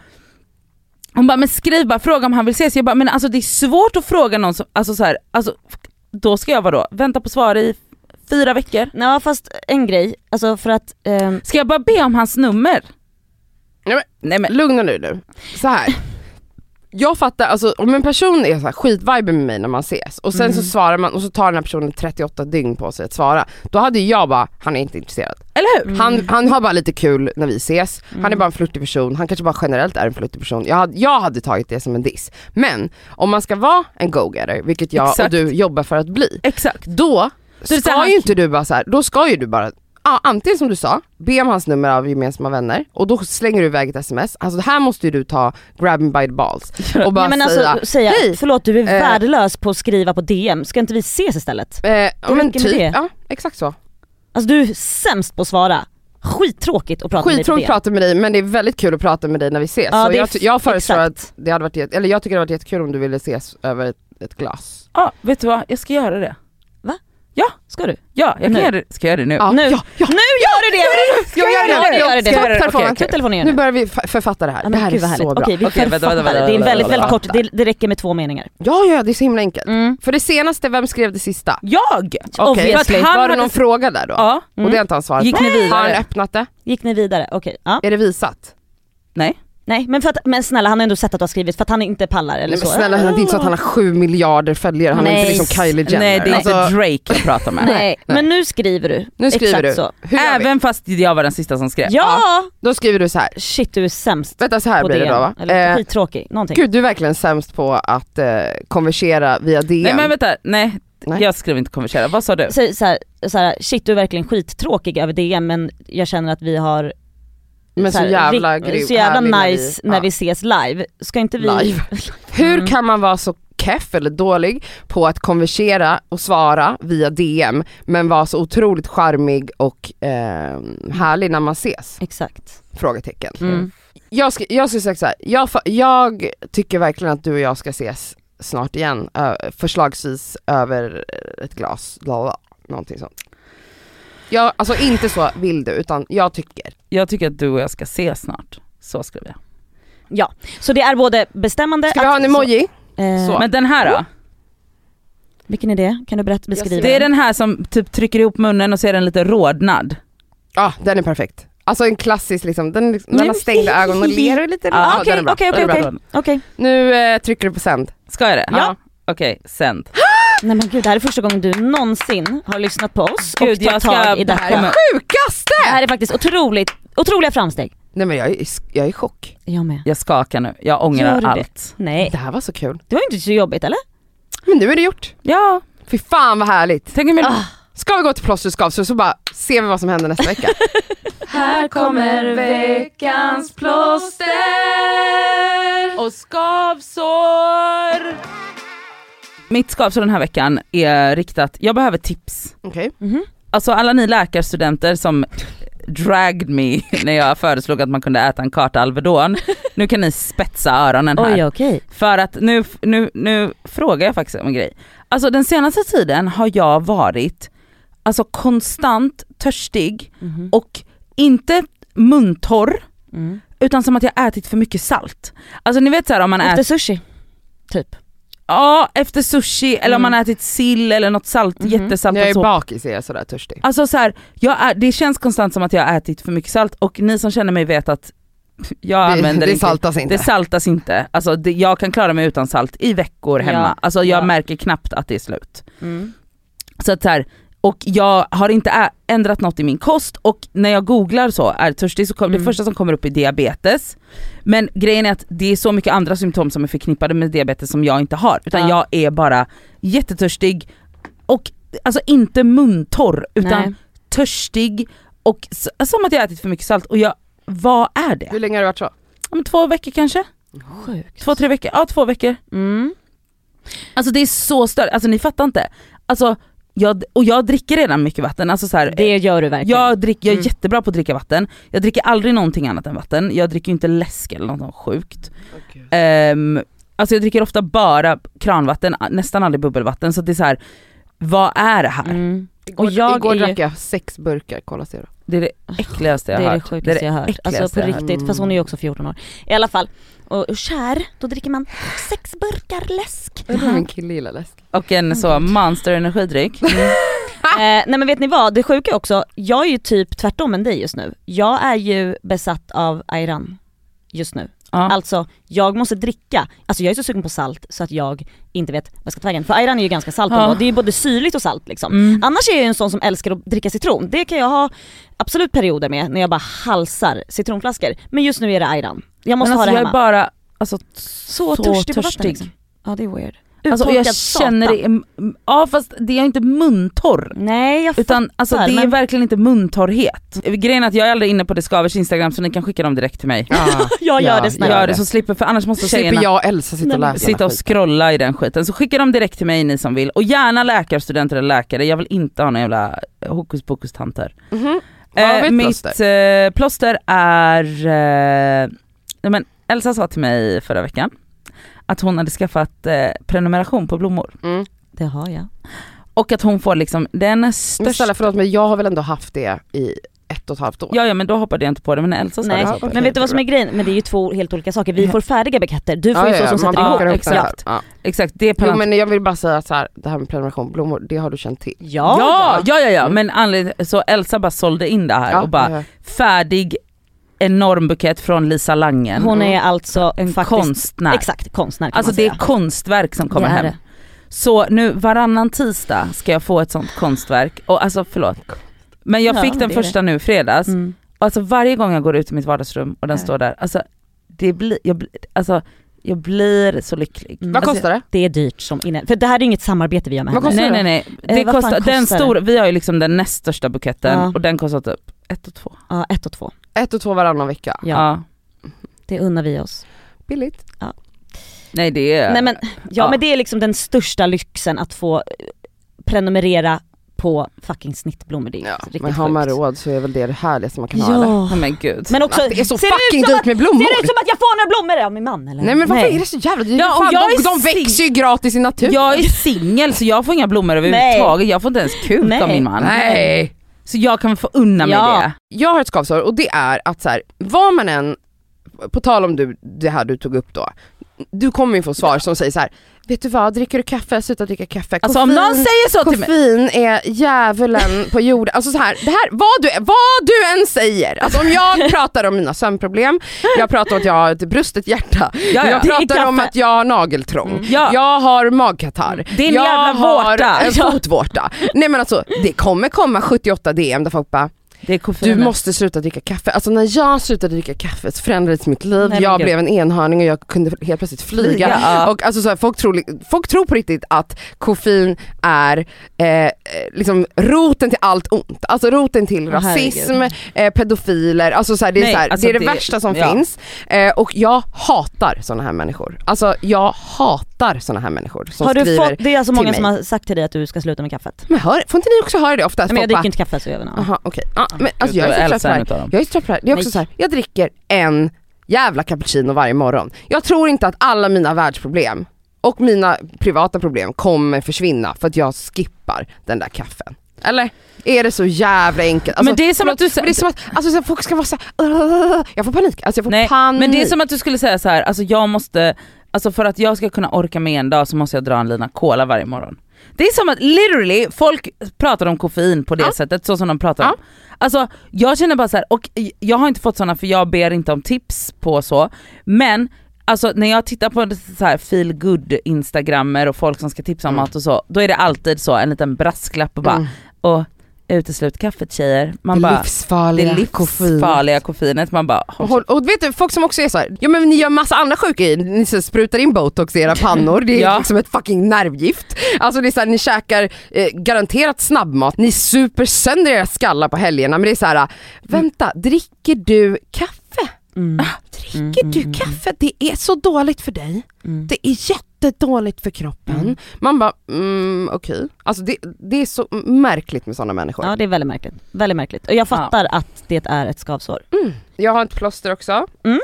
hon bara men skriv bara, fråga om han vill ses. Jag bara men alltså det är svårt att fråga någon som, alltså så här, alltså då ska jag vara då vänta på svar i fyra veckor. Ja fast en grej, alltså för att ehm, Ska jag bara be om hans nummer? Nej, men, Nej men lugna nu nu. Så här. Jag fattar, alltså om en person är så här skitvibe med mig när man ses och sen Mm. så svarar man och så tar den här personen trettioåtta dygn på sig att svara. Då hade jag bara, han är inte intresserad. eller hur? Mm. Han, han har bara lite kul när vi ses. Han är Mm. bara en flirtig person. Han kanske bara generellt är en flirtig person. Jag hade, jag hade tagit det som en diss. Men om man ska vara en go-getter, vilket jag Exakt. och du jobbar för att bli, Exakt. då Så det är så ska här- ju inte du bara så här, då ska ju du bara ja, antingen som du sa, be om hans nummer av gemensamma vänner och då slänger du iväg ett sms. Alltså det här måste ju du ta, grab him by the balls och bara nej, men säga, alltså, säga hej. förlåt du är Eh. värdelös på att skriva på D M, ska inte vi ses istället? Eh, ja, men räcker med typ, det. ja exakt så. Alltså du är sämst på att svara, skittråkigt att prata med dig på Skittråkigt D M. att prata med dig, men det är väldigt kul att prata med dig när vi ses. Ja, så det är jag, f- jag föreslår exakt. att det hade varit, jätte- eller jag tycker det hade varit jättekul om du ville ses över ett, ett glas. Ja, vet du vad? Jag ska göra det. Ska du? Ja, jag kan Nu. göra det. Ska jag göra det nu? Ja, Nu. ja, ja. Nu gör du det! Ska jag göra det? Ja, Ja, gör det. ska jag Ta ta telefonen? Okej, ta telefonen Nu nu. börjar vi f- författa det här. Ja, det men här gud vad är härligt. så bra. Okej, vi Okej, vänta, författar vänta, det. vänta, Det är vänta, väldigt, väldigt vänta. kort, det, det räcker med två meningar. Ja, ja, det är så himla enkelt. Mm. För det senaste, vem skrev det sista? Jag! Okej, Obviously. För att han var det hade- någon fråga där då? Ja. Mm. Och det har inte han svarat Gick på. ni vidare? Har han öppnat det? Gick ni vidare? Okej, ja. Är det visat? Nej. Nej men, för att, men snälla han har ändå sett att du har skrivit för att han inte pallar eller Nej, men så. snälla, det är inte så att han har sju miljarder följare. Han är Nej. inte liksom Kylie Jenner. Nej, det är Alltså, inte Drake jag pratar med. Nej, men nu skriver du. nu skriver Exakt du. så. Hur gör vi? Även fast jag var den sista som skrev. Ja! Då skriver du så här. Shit du är sämst Vänta, så här på blir det D då M. va? Eller Eh, skittråkig, någonting. Gud, du är verkligen sämst på att eh, konversera via D M. Nej men vänta, nej. Nej. Jag skrev inte konversera. Vad sa du? Så, så, här, så här, shit du är verkligen skittråkig över D M men jag känner att vi har Men så här, jävla ri- grym, så jävla härlig när nice vi- när ja. vi ses live. Ska inte vi... Live. Hur Mm. kan man vara så keff eller dålig på att konversera och svara via D M men vara så otroligt charmig och eh, härlig när man ses? Exakt. Frågetecken. Mm. Jag ska, jag ska säga så här, jag, fa- jag tycker verkligen att du och jag ska ses snart igen, ö, förslagsvis över ett glas, bla, någonting sånt. Jag, alltså inte så vill du, utan jag tycker. Jag tycker att du och jag ska ses snart. Så skrev jag. Ja, så det är både bestämmande... Ska vi ha en emoji? Så, eh, Så. Men den här då? Vilken är det? Kan du berätta, beskriva? Det är den här som typ trycker ihop munnen och ser den lite rodnad. Ja, den är perfekt. Alltså en klassisk liksom, den, den har Nej. stängda ögon och ler lite. Ja, den Okej, är bra. okej, Den är okej, bra. okej. Okej. Nu eh, trycker du på sänd. Ska jag det? Ja. Okej, sänd. Nej men gud, det här är första gången du någonsin har lyssnat på oss Gud, och jag tagit ska- tag i det detta. här är Sjukaste! Det här är faktiskt otroligt, otroliga framsteg. Nej men jag är, jag är i chock. Jag med. Jag skakar nu. Jag Gör ångrar du det? allt. Nej, Det här var så kul. det var ju inte så jobbigt eller? Men nu är det gjort. Ja, Fy fan vad härligt. tänk om jag... Ah. Ska vi gå till plåster och skavsår så bara ser vi vad som händer nästa vecka. Här kommer veckans plåster och skavsår. Mitt skavsår den här veckan är riktat, jag behöver tips. Okej. Mhm. Alltså alla ni läkarstudenter som dragged me när jag föreslog att man kunde äta en karta Alvedon. Nu kan ni spetsa öronen här. Oj okej. För att nu, nu, nu frågar jag faktiskt om en grej. Alltså den senaste tiden har jag varit alltså konstant törstig Mhm. och inte muntorr Mm. utan som att jag ätit för mycket salt. Alltså ni vet så här om man Efter äter, sushi, typ. ja efter sushi eller om Mm. man ätit sill eller något salt, Mhm. När jättesaltat jag är så. bakis är jag sådär törstig. Alltså så här, jag är, det känns konstant som att jag har ätit för mycket salt och ni som känner mig vet att jag Det, använder det inte, saltas inte. det saltas inte. Alltså det, jag kan klara mig utan salt i veckor hemma. Ja, Alltså jag ja. märker knappt att det är slut. Mm. Så att så här, Och jag har inte ä- ändrat något i min kost och när jag googlar så är törstig så kommer Mm. det första som kommer upp är diabetes. Men grejen är att det är så mycket andra symptom som är förknippade med diabetes som jag inte har. Utan Ja. jag är bara jättetörstig och alltså inte muntorr utan Nej. törstig och s- som att jag ätit för mycket salt och jag, vad är det? Hur länge har det varit så? Ja, men två veckor kanske? Sjukt. Två, tre veckor? Ja, två veckor. Mm. Alltså det är så stört, alltså ni fattar inte. Alltså, jag, och jag dricker redan mycket vatten. Alltså så här, Det gör du verkligen. jag, drick, jag är Mm. jättebra på att dricka vatten. Jag dricker aldrig någonting annat än vatten. Jag dricker ju inte läsk eller något sånt sjukt. Um, alltså jag dricker ofta bara kranvatten, nästan aldrig bubbelvatten. Så det är så här, vad är det här? Mm. Igår, Och jag igår är ju- drack jag sex burkar Cola Zero. Det är det äckligaste jag Det har är det hört. sjukaste jag har hört. äckligaste Alltså på jag har hört. riktigt, fast hon är ju också fjorton år. I alla fall, och och kär, då dricker man sex burkar läsk. Jag tror min kille gillar läsk. Och en så Monster energidryck. eh, nej men vet ni vad, det sjuka är också, jag är ju typ tvärtom än dig just nu. Jag är ju besatt av ayran just nu. Ja. Alltså jag måste dricka, alltså jag är så sugen på salt så att jag inte vet vad jag ska ta vägen. För ayran är ju ganska salt Ja. och det är ju både syrligt och salt liksom. Mm. Annars är jag ju en sån som älskar att dricka citron. Det kan jag ha absolut perioder med när jag bara halsar citronflaskor. Men just nu är det ayran. Jag måste Men alltså ha det jag hemma. är bara alltså, så, törstig på vatten liksom. Ja det är weird. Alltså, och jag Uttolkad känner satan. det, ja fast det är inte muntorr. Nej jag Utan alltså, det fattar, är men- verkligen inte muntorrhet. Grejen är att jag är aldrig inne på Discovers Instagram så ni kan skicka dem direkt till mig. Ja, Jag gör ja, det snälla. Gör det så slipper, för annars måste Så slipper tjejerna jag och Elsa sitta och läsa sitta hela och skiten. scrolla i den skiten. Så skicka dem direkt till mig ni som vill. Och gärna läkarstudenter eller läkare. Jag vill inte ha några jävla hokus pokus tanter. Mhm. Vad har vi Eh, ett mitt plåster? eh, plåster är... Eh, nej men Elsa sa till mig förra veckan att hon hade skaffat eh, prenumeration på blommor. Mm. Det har jag. Och att hon får liksom den Men största... snälla förlåt men jag har väl ändå haft det i ett och ett halvt år. Ja, ja men då hoppade jag inte på det, men Elsa sa Nej, det. Så men vet du vad som är grejen? Men det är ju två helt olika saker. Vi Ja. får färdiga buketter, du får Ja, ju ja, så ja, som man sätter ja, ihop. bokar ihop exakt. det här. Ja. Exakt, det är Jo parent- men jag vill bara säga att så här, det här med prenumeration blommor, det har du känt till. Ja, Ja, ja, ja, ja. Mm. men anled- så Elsa bara sålde in det här Ja, och bara ja. färdig enorm bukett från Lisa Langen. hon är alltså en faktiskt, konstnär. exakt, konstnär kan Alltså man det är säga. konstverk som kommer Det är hem. det. Så nu varannan tisdag ska jag få ett sånt konstverk. Och alltså förlåt. Men jag Ja, fick den det är första nu i fredags. Mm. Och alltså varje gång jag går ut i mitt vardagsrum och den Ja. står där, alltså det blir, jag, blir- alltså, jag blir så lycklig. Mm. Vad Alltså, kostar det? Det är dyrt som inne. För det här är inget samarbete vi har med Vad henne. kostar Nej det? nej nej, det Eh, vad fan kostar, den kostar det? stora, vi har ju liksom den näst största buketten Ja. och den kostar typ ett och två. Ja, ett och två. Ett och två varannan vecka. Ja, Ja. det unnar vi oss. Billigt. Nej det är... Nej men, ja, Ja. men det är liksom den största lyxen att få eh, prenumerera på fucking snittblommor. Det är Ja, riktigt men har man sjukt. råd så är väl det det härligaste man kan ha eller? Ja. Oh, men gud. Men också, Att det är så ser det fucking ut som dyrt att, med blommor! ser det ut som att jag får några blommor av min man eller? Nej men varför är det så jävla dyrt? Ja, och Fan, jag de, är de sing- växer ju gratis i naturen. Jag är singel så jag får inga blommor överhuvudtaget, jag får inte ens kuk Nej. av min man. Nej. Så jag kan få unna mig Ja. det. Jag har ett skavsår och det är att så här, vad man än, på tal om du, det här du tog upp då, du kommer ju få svar som säger så här: vet du vad, dricker du kaffe, sluta dricka kaffe. Alltså om någon säger så till mig. Koffein är djävulen på jorden. Alltså så här, det här, vad du, vad du än säger. Alltså om jag pratar om mina sömnproblem, jag pratar om att jag har ett brustet hjärta, Ja, ja. jag Det är pratar om kaffe. att jag har nageltrång, Mm. Ja. jag har magkatarr, Din jag jävla har vårta. en fotvårta. Nej men alltså, det kommer komma sjuttioåtta D M där folk bara: Det är koffein. du måste sluta dricka kaffe. Alltså när jag slutade dricka kaffe så förändrades mitt liv. Nej, men jag gud. blev en enhörning och jag kunde helt plötsligt flyga. Flyga, ja. Och alltså så här, folk, tror, folk tror på riktigt att koffein är eh, liksom roten till allt ont. Alltså roten till Åh, rasism, herregud. eh, pedofiler. Alltså så här, det är, Nej, så här, alltså det, är det, det- värsta som ja. finns. Eh, och jag hatar såna här människor. Alltså jag hatar såna här människor som Har du skriver. fått, det är alltså till många mig. som har sagt till dig att du ska sluta med kaffet? Men hör, får inte ni också höra det ofta? Att Nej, men jag folk dricker bara, inte kaffe så jag vet inte. aha, okej. Ja, men alltså Gud, jag då är så trött Elsa på det en här. utav dem. Jag är så trött på det här. Det är också Nej. så här, jag dricker en jävla cappuccino varje morgon. Jag tror inte att alla mina världsproblem och mina privata problem kommer försvinna för att jag skippar den där kaffen. Eller? Är det så jävla enkelt? Alltså, Men det är som att du men det är som att alltså, så här, folk ska vara så här, "Ugh", jag får panik. Alltså jag får Nej, panik. men det är som att du skulle säga så här, alltså jag måste, alltså för att jag ska kunna orka med en dag så måste jag dra en lina cola varje morgon. Det är som att literally folk pratar om koffein på det Ja. sättet, så som de pratar Ja. om. Alltså jag känner bara så här, och jag har inte fått såna för jag ber inte om tips på så, men alltså när jag tittar på så här feel good instagrammer och folk som ska tipsa om Mm. mat och så, då är det alltid så en liten brasklapp och bara Mm. och uteslut kaffet tjejer. Man det bara, livsfarliga det livsfarliga koffeinet. Man bara, och, håll, och vet du, folk som också är så här, ja men ni gör massa andra sjuka i, ni så sprutar in botox i era pannor, det är ja. liksom ett fucking nervgift. Alltså det är så här, ni käkar eh, garanterat snabbmat, ni super sönder era skallar på helgerna, men det är så här, vänta, dricker du kaffe? Mm. Ah, dricker mm, du mm, kaffe? Det är så dåligt för dig. Mm. Det är jättedåligt för kroppen. Mm. Man bara, mm, okej. Okay. Alltså det, det är så märkligt med sådana människor. Ja, det är väldigt märkligt. Väldigt märkligt. Och jag fattar ja. att det är ett skavsår. Mm. Jag har ett plåster också. Mm.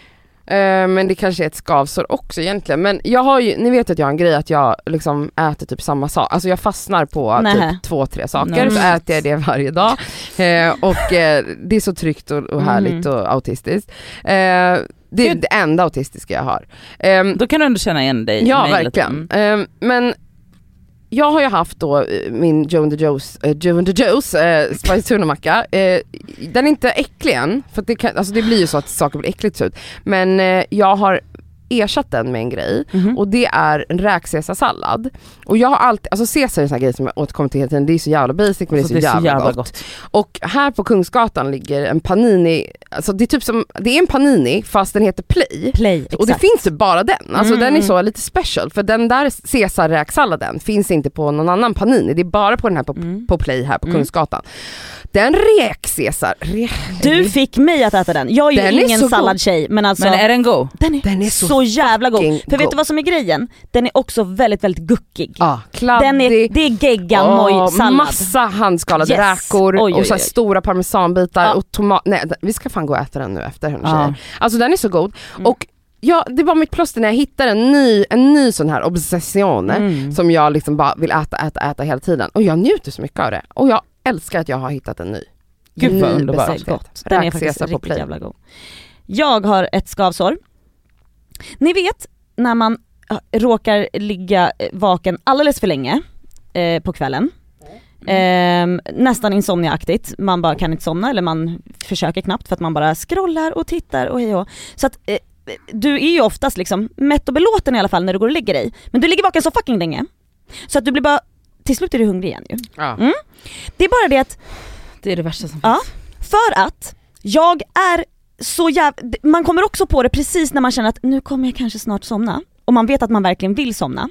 Uh, men det kanske är ett skavsår också egentligen. Men jag har ju, ni vet att jag har en grej att jag liksom äter typ samma sak. Alltså jag fastnar på Nähä. typ två, tre saker. Mm. Så äter jag det varje dag. Uh, och uh, det är så tryggt och, och härligt Mm. och autistiskt. Uh, det är det enda autistiska jag har. Um, då kan du ändå känna igen dig. Ja, verkligen. Um, men jag har ju haft då min Joe and the Joe's, uh, Joe and the Joe's uh, spice tuna-macka. Uh, den är inte äcklig än, för det, kan, alltså det blir ju så att saker blir äckligt ut. Men uh, jag har ersatt den med en grej Mm-hmm. och det är en räkcesar-sallad. Och jag har alltid, alltså Caesar är en sån här grej som jag återkommer till hela tiden, det är så jävla basic men det är så, det är jävla, så jävla gott. gott. Och här på Kungsgatan ligger en panini, alltså det är typ som, det är en panini fast den heter Play. Play, exakt. Och det finns ju bara den, alltså Mm. den är så lite special, för den där Caesar-räksalladen finns inte på någon annan panini, det är bara på den här på, Mm. på Play här på Mm. Kungsgatan. Den räk-Caesar, re- Du fick mig att äta den. Jag är ju Den är ingen så salladtjej, men alltså Men är den god? den är, Den är så så, jävla god. fucking För vet god. du vad som är grejen? Den är också väldigt, väldigt guckig. Ja, kladdig. Den är, det är geggan Åh, moj sallad. massa handskalade Yes. räkor Oj, oj, och så här oj. stora parmesanbitar Ja. och tomat. Nej, d- vi ska fan gå och äta den nu efter henne Ja. tjejer. Alltså den är så god. Mm. Och ja, det var mitt plåster när jag hittade en ny, en ny sån här obsession Mm. som jag liksom bara vill äta, äta, äta hela tiden. Och jag njuter så mycket av det. Och jag älskar att jag har hittat en ny. Gud vad Ny underbart. besatthet. Gott. Den är faktiskt Räk-Caesar på riktigt Play. jävla god. Jag har ett skavsår. Ni vet när man äh, råkar ligga äh, vaken alldeles för länge äh, på kvällen. Mm. Eh, nästan insomniaaktigt. Man bara kan inte somna eller man försöker knappt för att man bara scrollar och tittar och hej och. Så att eh, du är ju oftast liksom mätt och belåten i alla fall när du går och lägger dig. Men du ligger vaken så fucking länge. Så att du blir bara, till slut är du hungrig igen ju. Ja. Mm. Det är bara det att Det är det värsta som Ja, finns. för att jag är så jävla... Man kommer också på det precis när man känner att nu kommer jag kanske snart somna. Och man vet att man verkligen vill somna.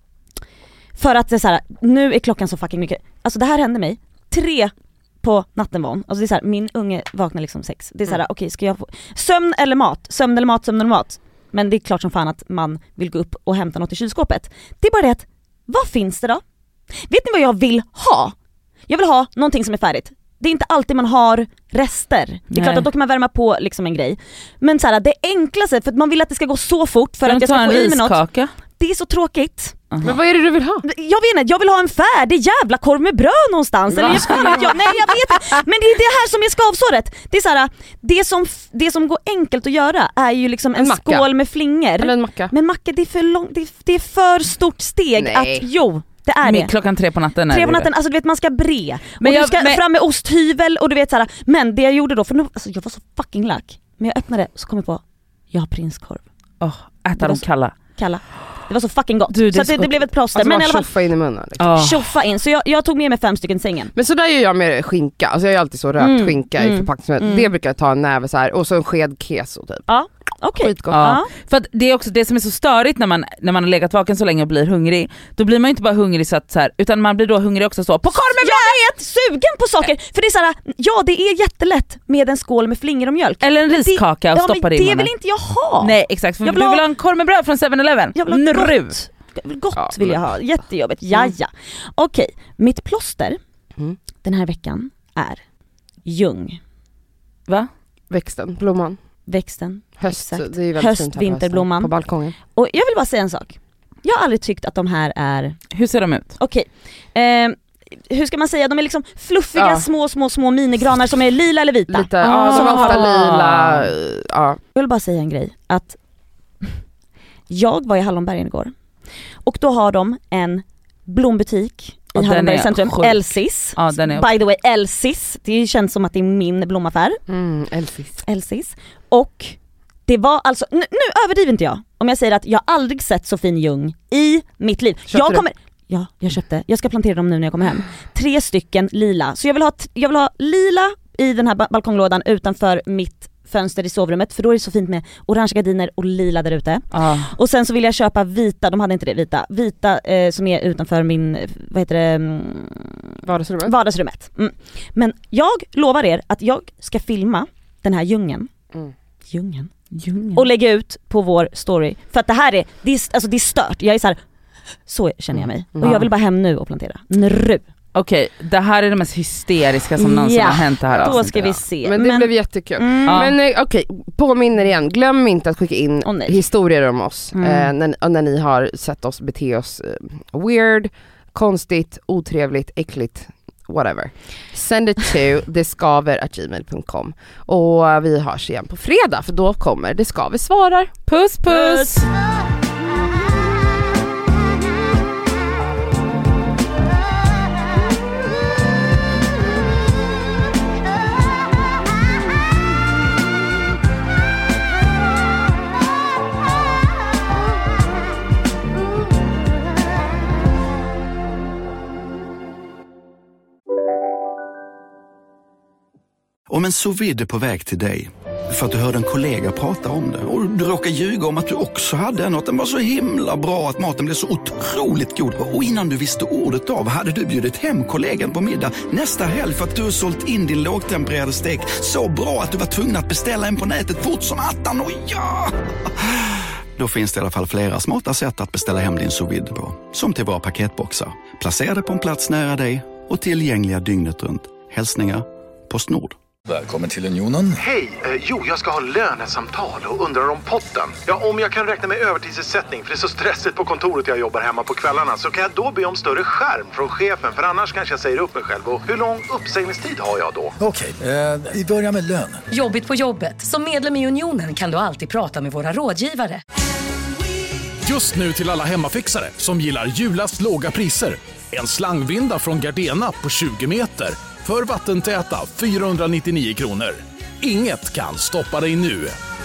För att det är så här, nu är klockan så fucking mycket. Alltså det här hände mig tre på natten var hon. Alltså det är så här, min unge vaknar liksom sex. Det är så här, Mm. okej, ska jag få... Sömn eller mat? Sömn eller mat, sömn eller mat. Men det är klart som fan att man vill gå upp och hämta något i kylskåpet. Det är bara det att, vad finns det då? Vet ni vad jag vill ha? Jag vill ha någonting som är färdigt. Det är inte alltid man har rester. Det är Nej. klart att då kan man värma på liksom en grej. Men så här, det enklaste, för att man vill att det ska gå så fort för Kan att du jag ta ska en få i mig något. riskaka? Det är så tråkigt. Aha. Men vad är det du vill ha? Jag vet inte, jag vill ha en färdig jävla korv med bröd någonstans. Va? Eller jag skulle, jag, nej jag vet inte. Men det är det här som är skavsåret. Det är så här, det som, det som går enkelt att göra är ju liksom en, En macka. skål med flingor. Eller en macka? Men macka, det är för lång, det är, det är för stort steg Nej. att, jo det är Mitt det. klockan tre på natten är Tre det på natten, alltså du vet man ska bre. Men och jag- du ska men- fram med osthyvel och du vet såhär. Men det jag gjorde då, för nu, alltså jag var så fucking lack. Men jag öppnade och så kom jag på, jag har prinskorv. Åh, äta Det var dem så- kalla. Kalla. Det var så fucking gott. Du, det så är att det, så det gott. blev ett plåster. Alltså men i bara alla fall, tjoffa in i munnen. Liksom. Åh. tjoffa in. Så jag, jag tog med mig fem stycken sängen. Men så där gör jag med skinka, alltså jag gör alltid så rökt Mm, skinka i mm, förpackning. mm. Det brukar jag ta en näve så här och så en sked keso typ. Ja, okej. Skitgott. Ja. Ja. För att det är också det som är så störigt när man, när man har legat vaken så länge och blir hungrig. Då blir man ju inte bara hungrig så att så här, utan man blir då hungrig också så på korv med Jag är sugen på saker! För det är såhär, ja det är jättelätt med en skål med flingor och mjölk. eller en riskaka och Ja, stoppa men det i det munnen. vill inte jag ha! Nej exakt, för Jag du vill vill ha- ha en korv med bröd från seven eleven. Jag vill ha Nu. gott. Gott Ja, vill jag men- ha, jättejobbigt. Jaja. Okej, mitt plåster Mm. den här veckan är ljung. Va? Växten, blomman, Växten. höst, Exakt. det är väldigt Höst, fint här på vinterblomman. hösten, på balkongen. Och jag vill bara säga en sak. Jag har aldrig tyckt att de här är, Hur ser de ut? okej, eh, hur ska man säga, de är liksom fluffiga Ja. små små små minigranar som är lila eller vita. Lite, ja de är Ah. ofta lila, ja. Jag vill bara säga en grej, att jag var i Hallonbergen igår och då har de en blombutik i Ja, den Hallonbergs är centrum, sjuk. Elsis. Ja, den är också- By the way, Elsis, det känns som att det är min blomaffär, Mm, Elsis. Elsis. Och det var alltså, nu, nu överdriver inte jag om jag säger att jag aldrig sett så fin ljung i mitt liv. Köpte Jag du? kommer, Ja, jag köpte. Jag ska plantera dem nu när jag kommer hem. Tre stycken lila. Så jag vill ha, t- jag vill ha lila i den här ba- balkonglådan utanför mitt fönster i sovrummet, för då är det så fint med orange gardiner och lila där ute. Ah. Och sen så vill jag köpa vita, de hade inte det vita, vita eh, som är utanför min, vad heter det? Mm, Vardagsrummet. vardagsrummet. Mm. Men jag lovar er att jag ska filma den här djungeln. Mm. Djungeln. Djungeln. Och lägga ut på vår story. För att det här är, det är, alltså det är stört. Jag är så här, så känner jag mig. Mm. Och jag vill bara hem nu och plantera. Nu. Okej, det här är det mest hysteriska som någonsin Ja, har hänt det här då avsnittet. ska vi se. Men det blev jättekul. Mm. Men eh, okej, påminner igen. Glöm inte att skicka in Åh, nej. historier om oss. Mm. Eh, när, när ni har sett oss bete oss eh, weird, konstigt, otrevligt, äckligt, whatever. Send it to deskaver at gmail dot com. Och vi hörs igen på fredag, för då kommer Det Skaver svarar. Puss puss! Om en sous vide är på väg till dig för att du hörde en kollega prata om det och du råkar ljuga om att du också hade en och att den var så himla bra att maten blev så otroligt god. Och innan du visste ordet av hade du bjudit hem kollegan på middag nästa helg för att du sålt in din lågtempererade stek så bra att du var tvungen att beställa en på nätet fort som attan. Och ja! Då finns det i alla fall flera smarta sätt att beställa hem din sous vide på. Som till våra paketboxar. Placerade på en plats nära dig och tillgängliga dygnet runt. Hälsningar Postnord. Välkommen till Unionen. Hej, eh, jo jag ska ha lönesamtal och undrar om potten. Ja, om jag kan räkna med övertidsersättning för det är så stressigt på kontoret jag jobbar hemma på kvällarna, så kan jag då be om större skärm från chefen, för annars kanske jag säger upp mig själv. Och hur lång uppsägningstid har jag då? Okej, eh, vi börjar med lön. Jobbigt på jobbet. Som medlem i Unionen kan du alltid prata med våra rådgivare. Just nu till alla hemmafixare som gillar julast låga priser. En slangvinda från Gardena på tjugo meter för vattentäta fyrahundranittionio kronor. Inget kan stoppa dig nu.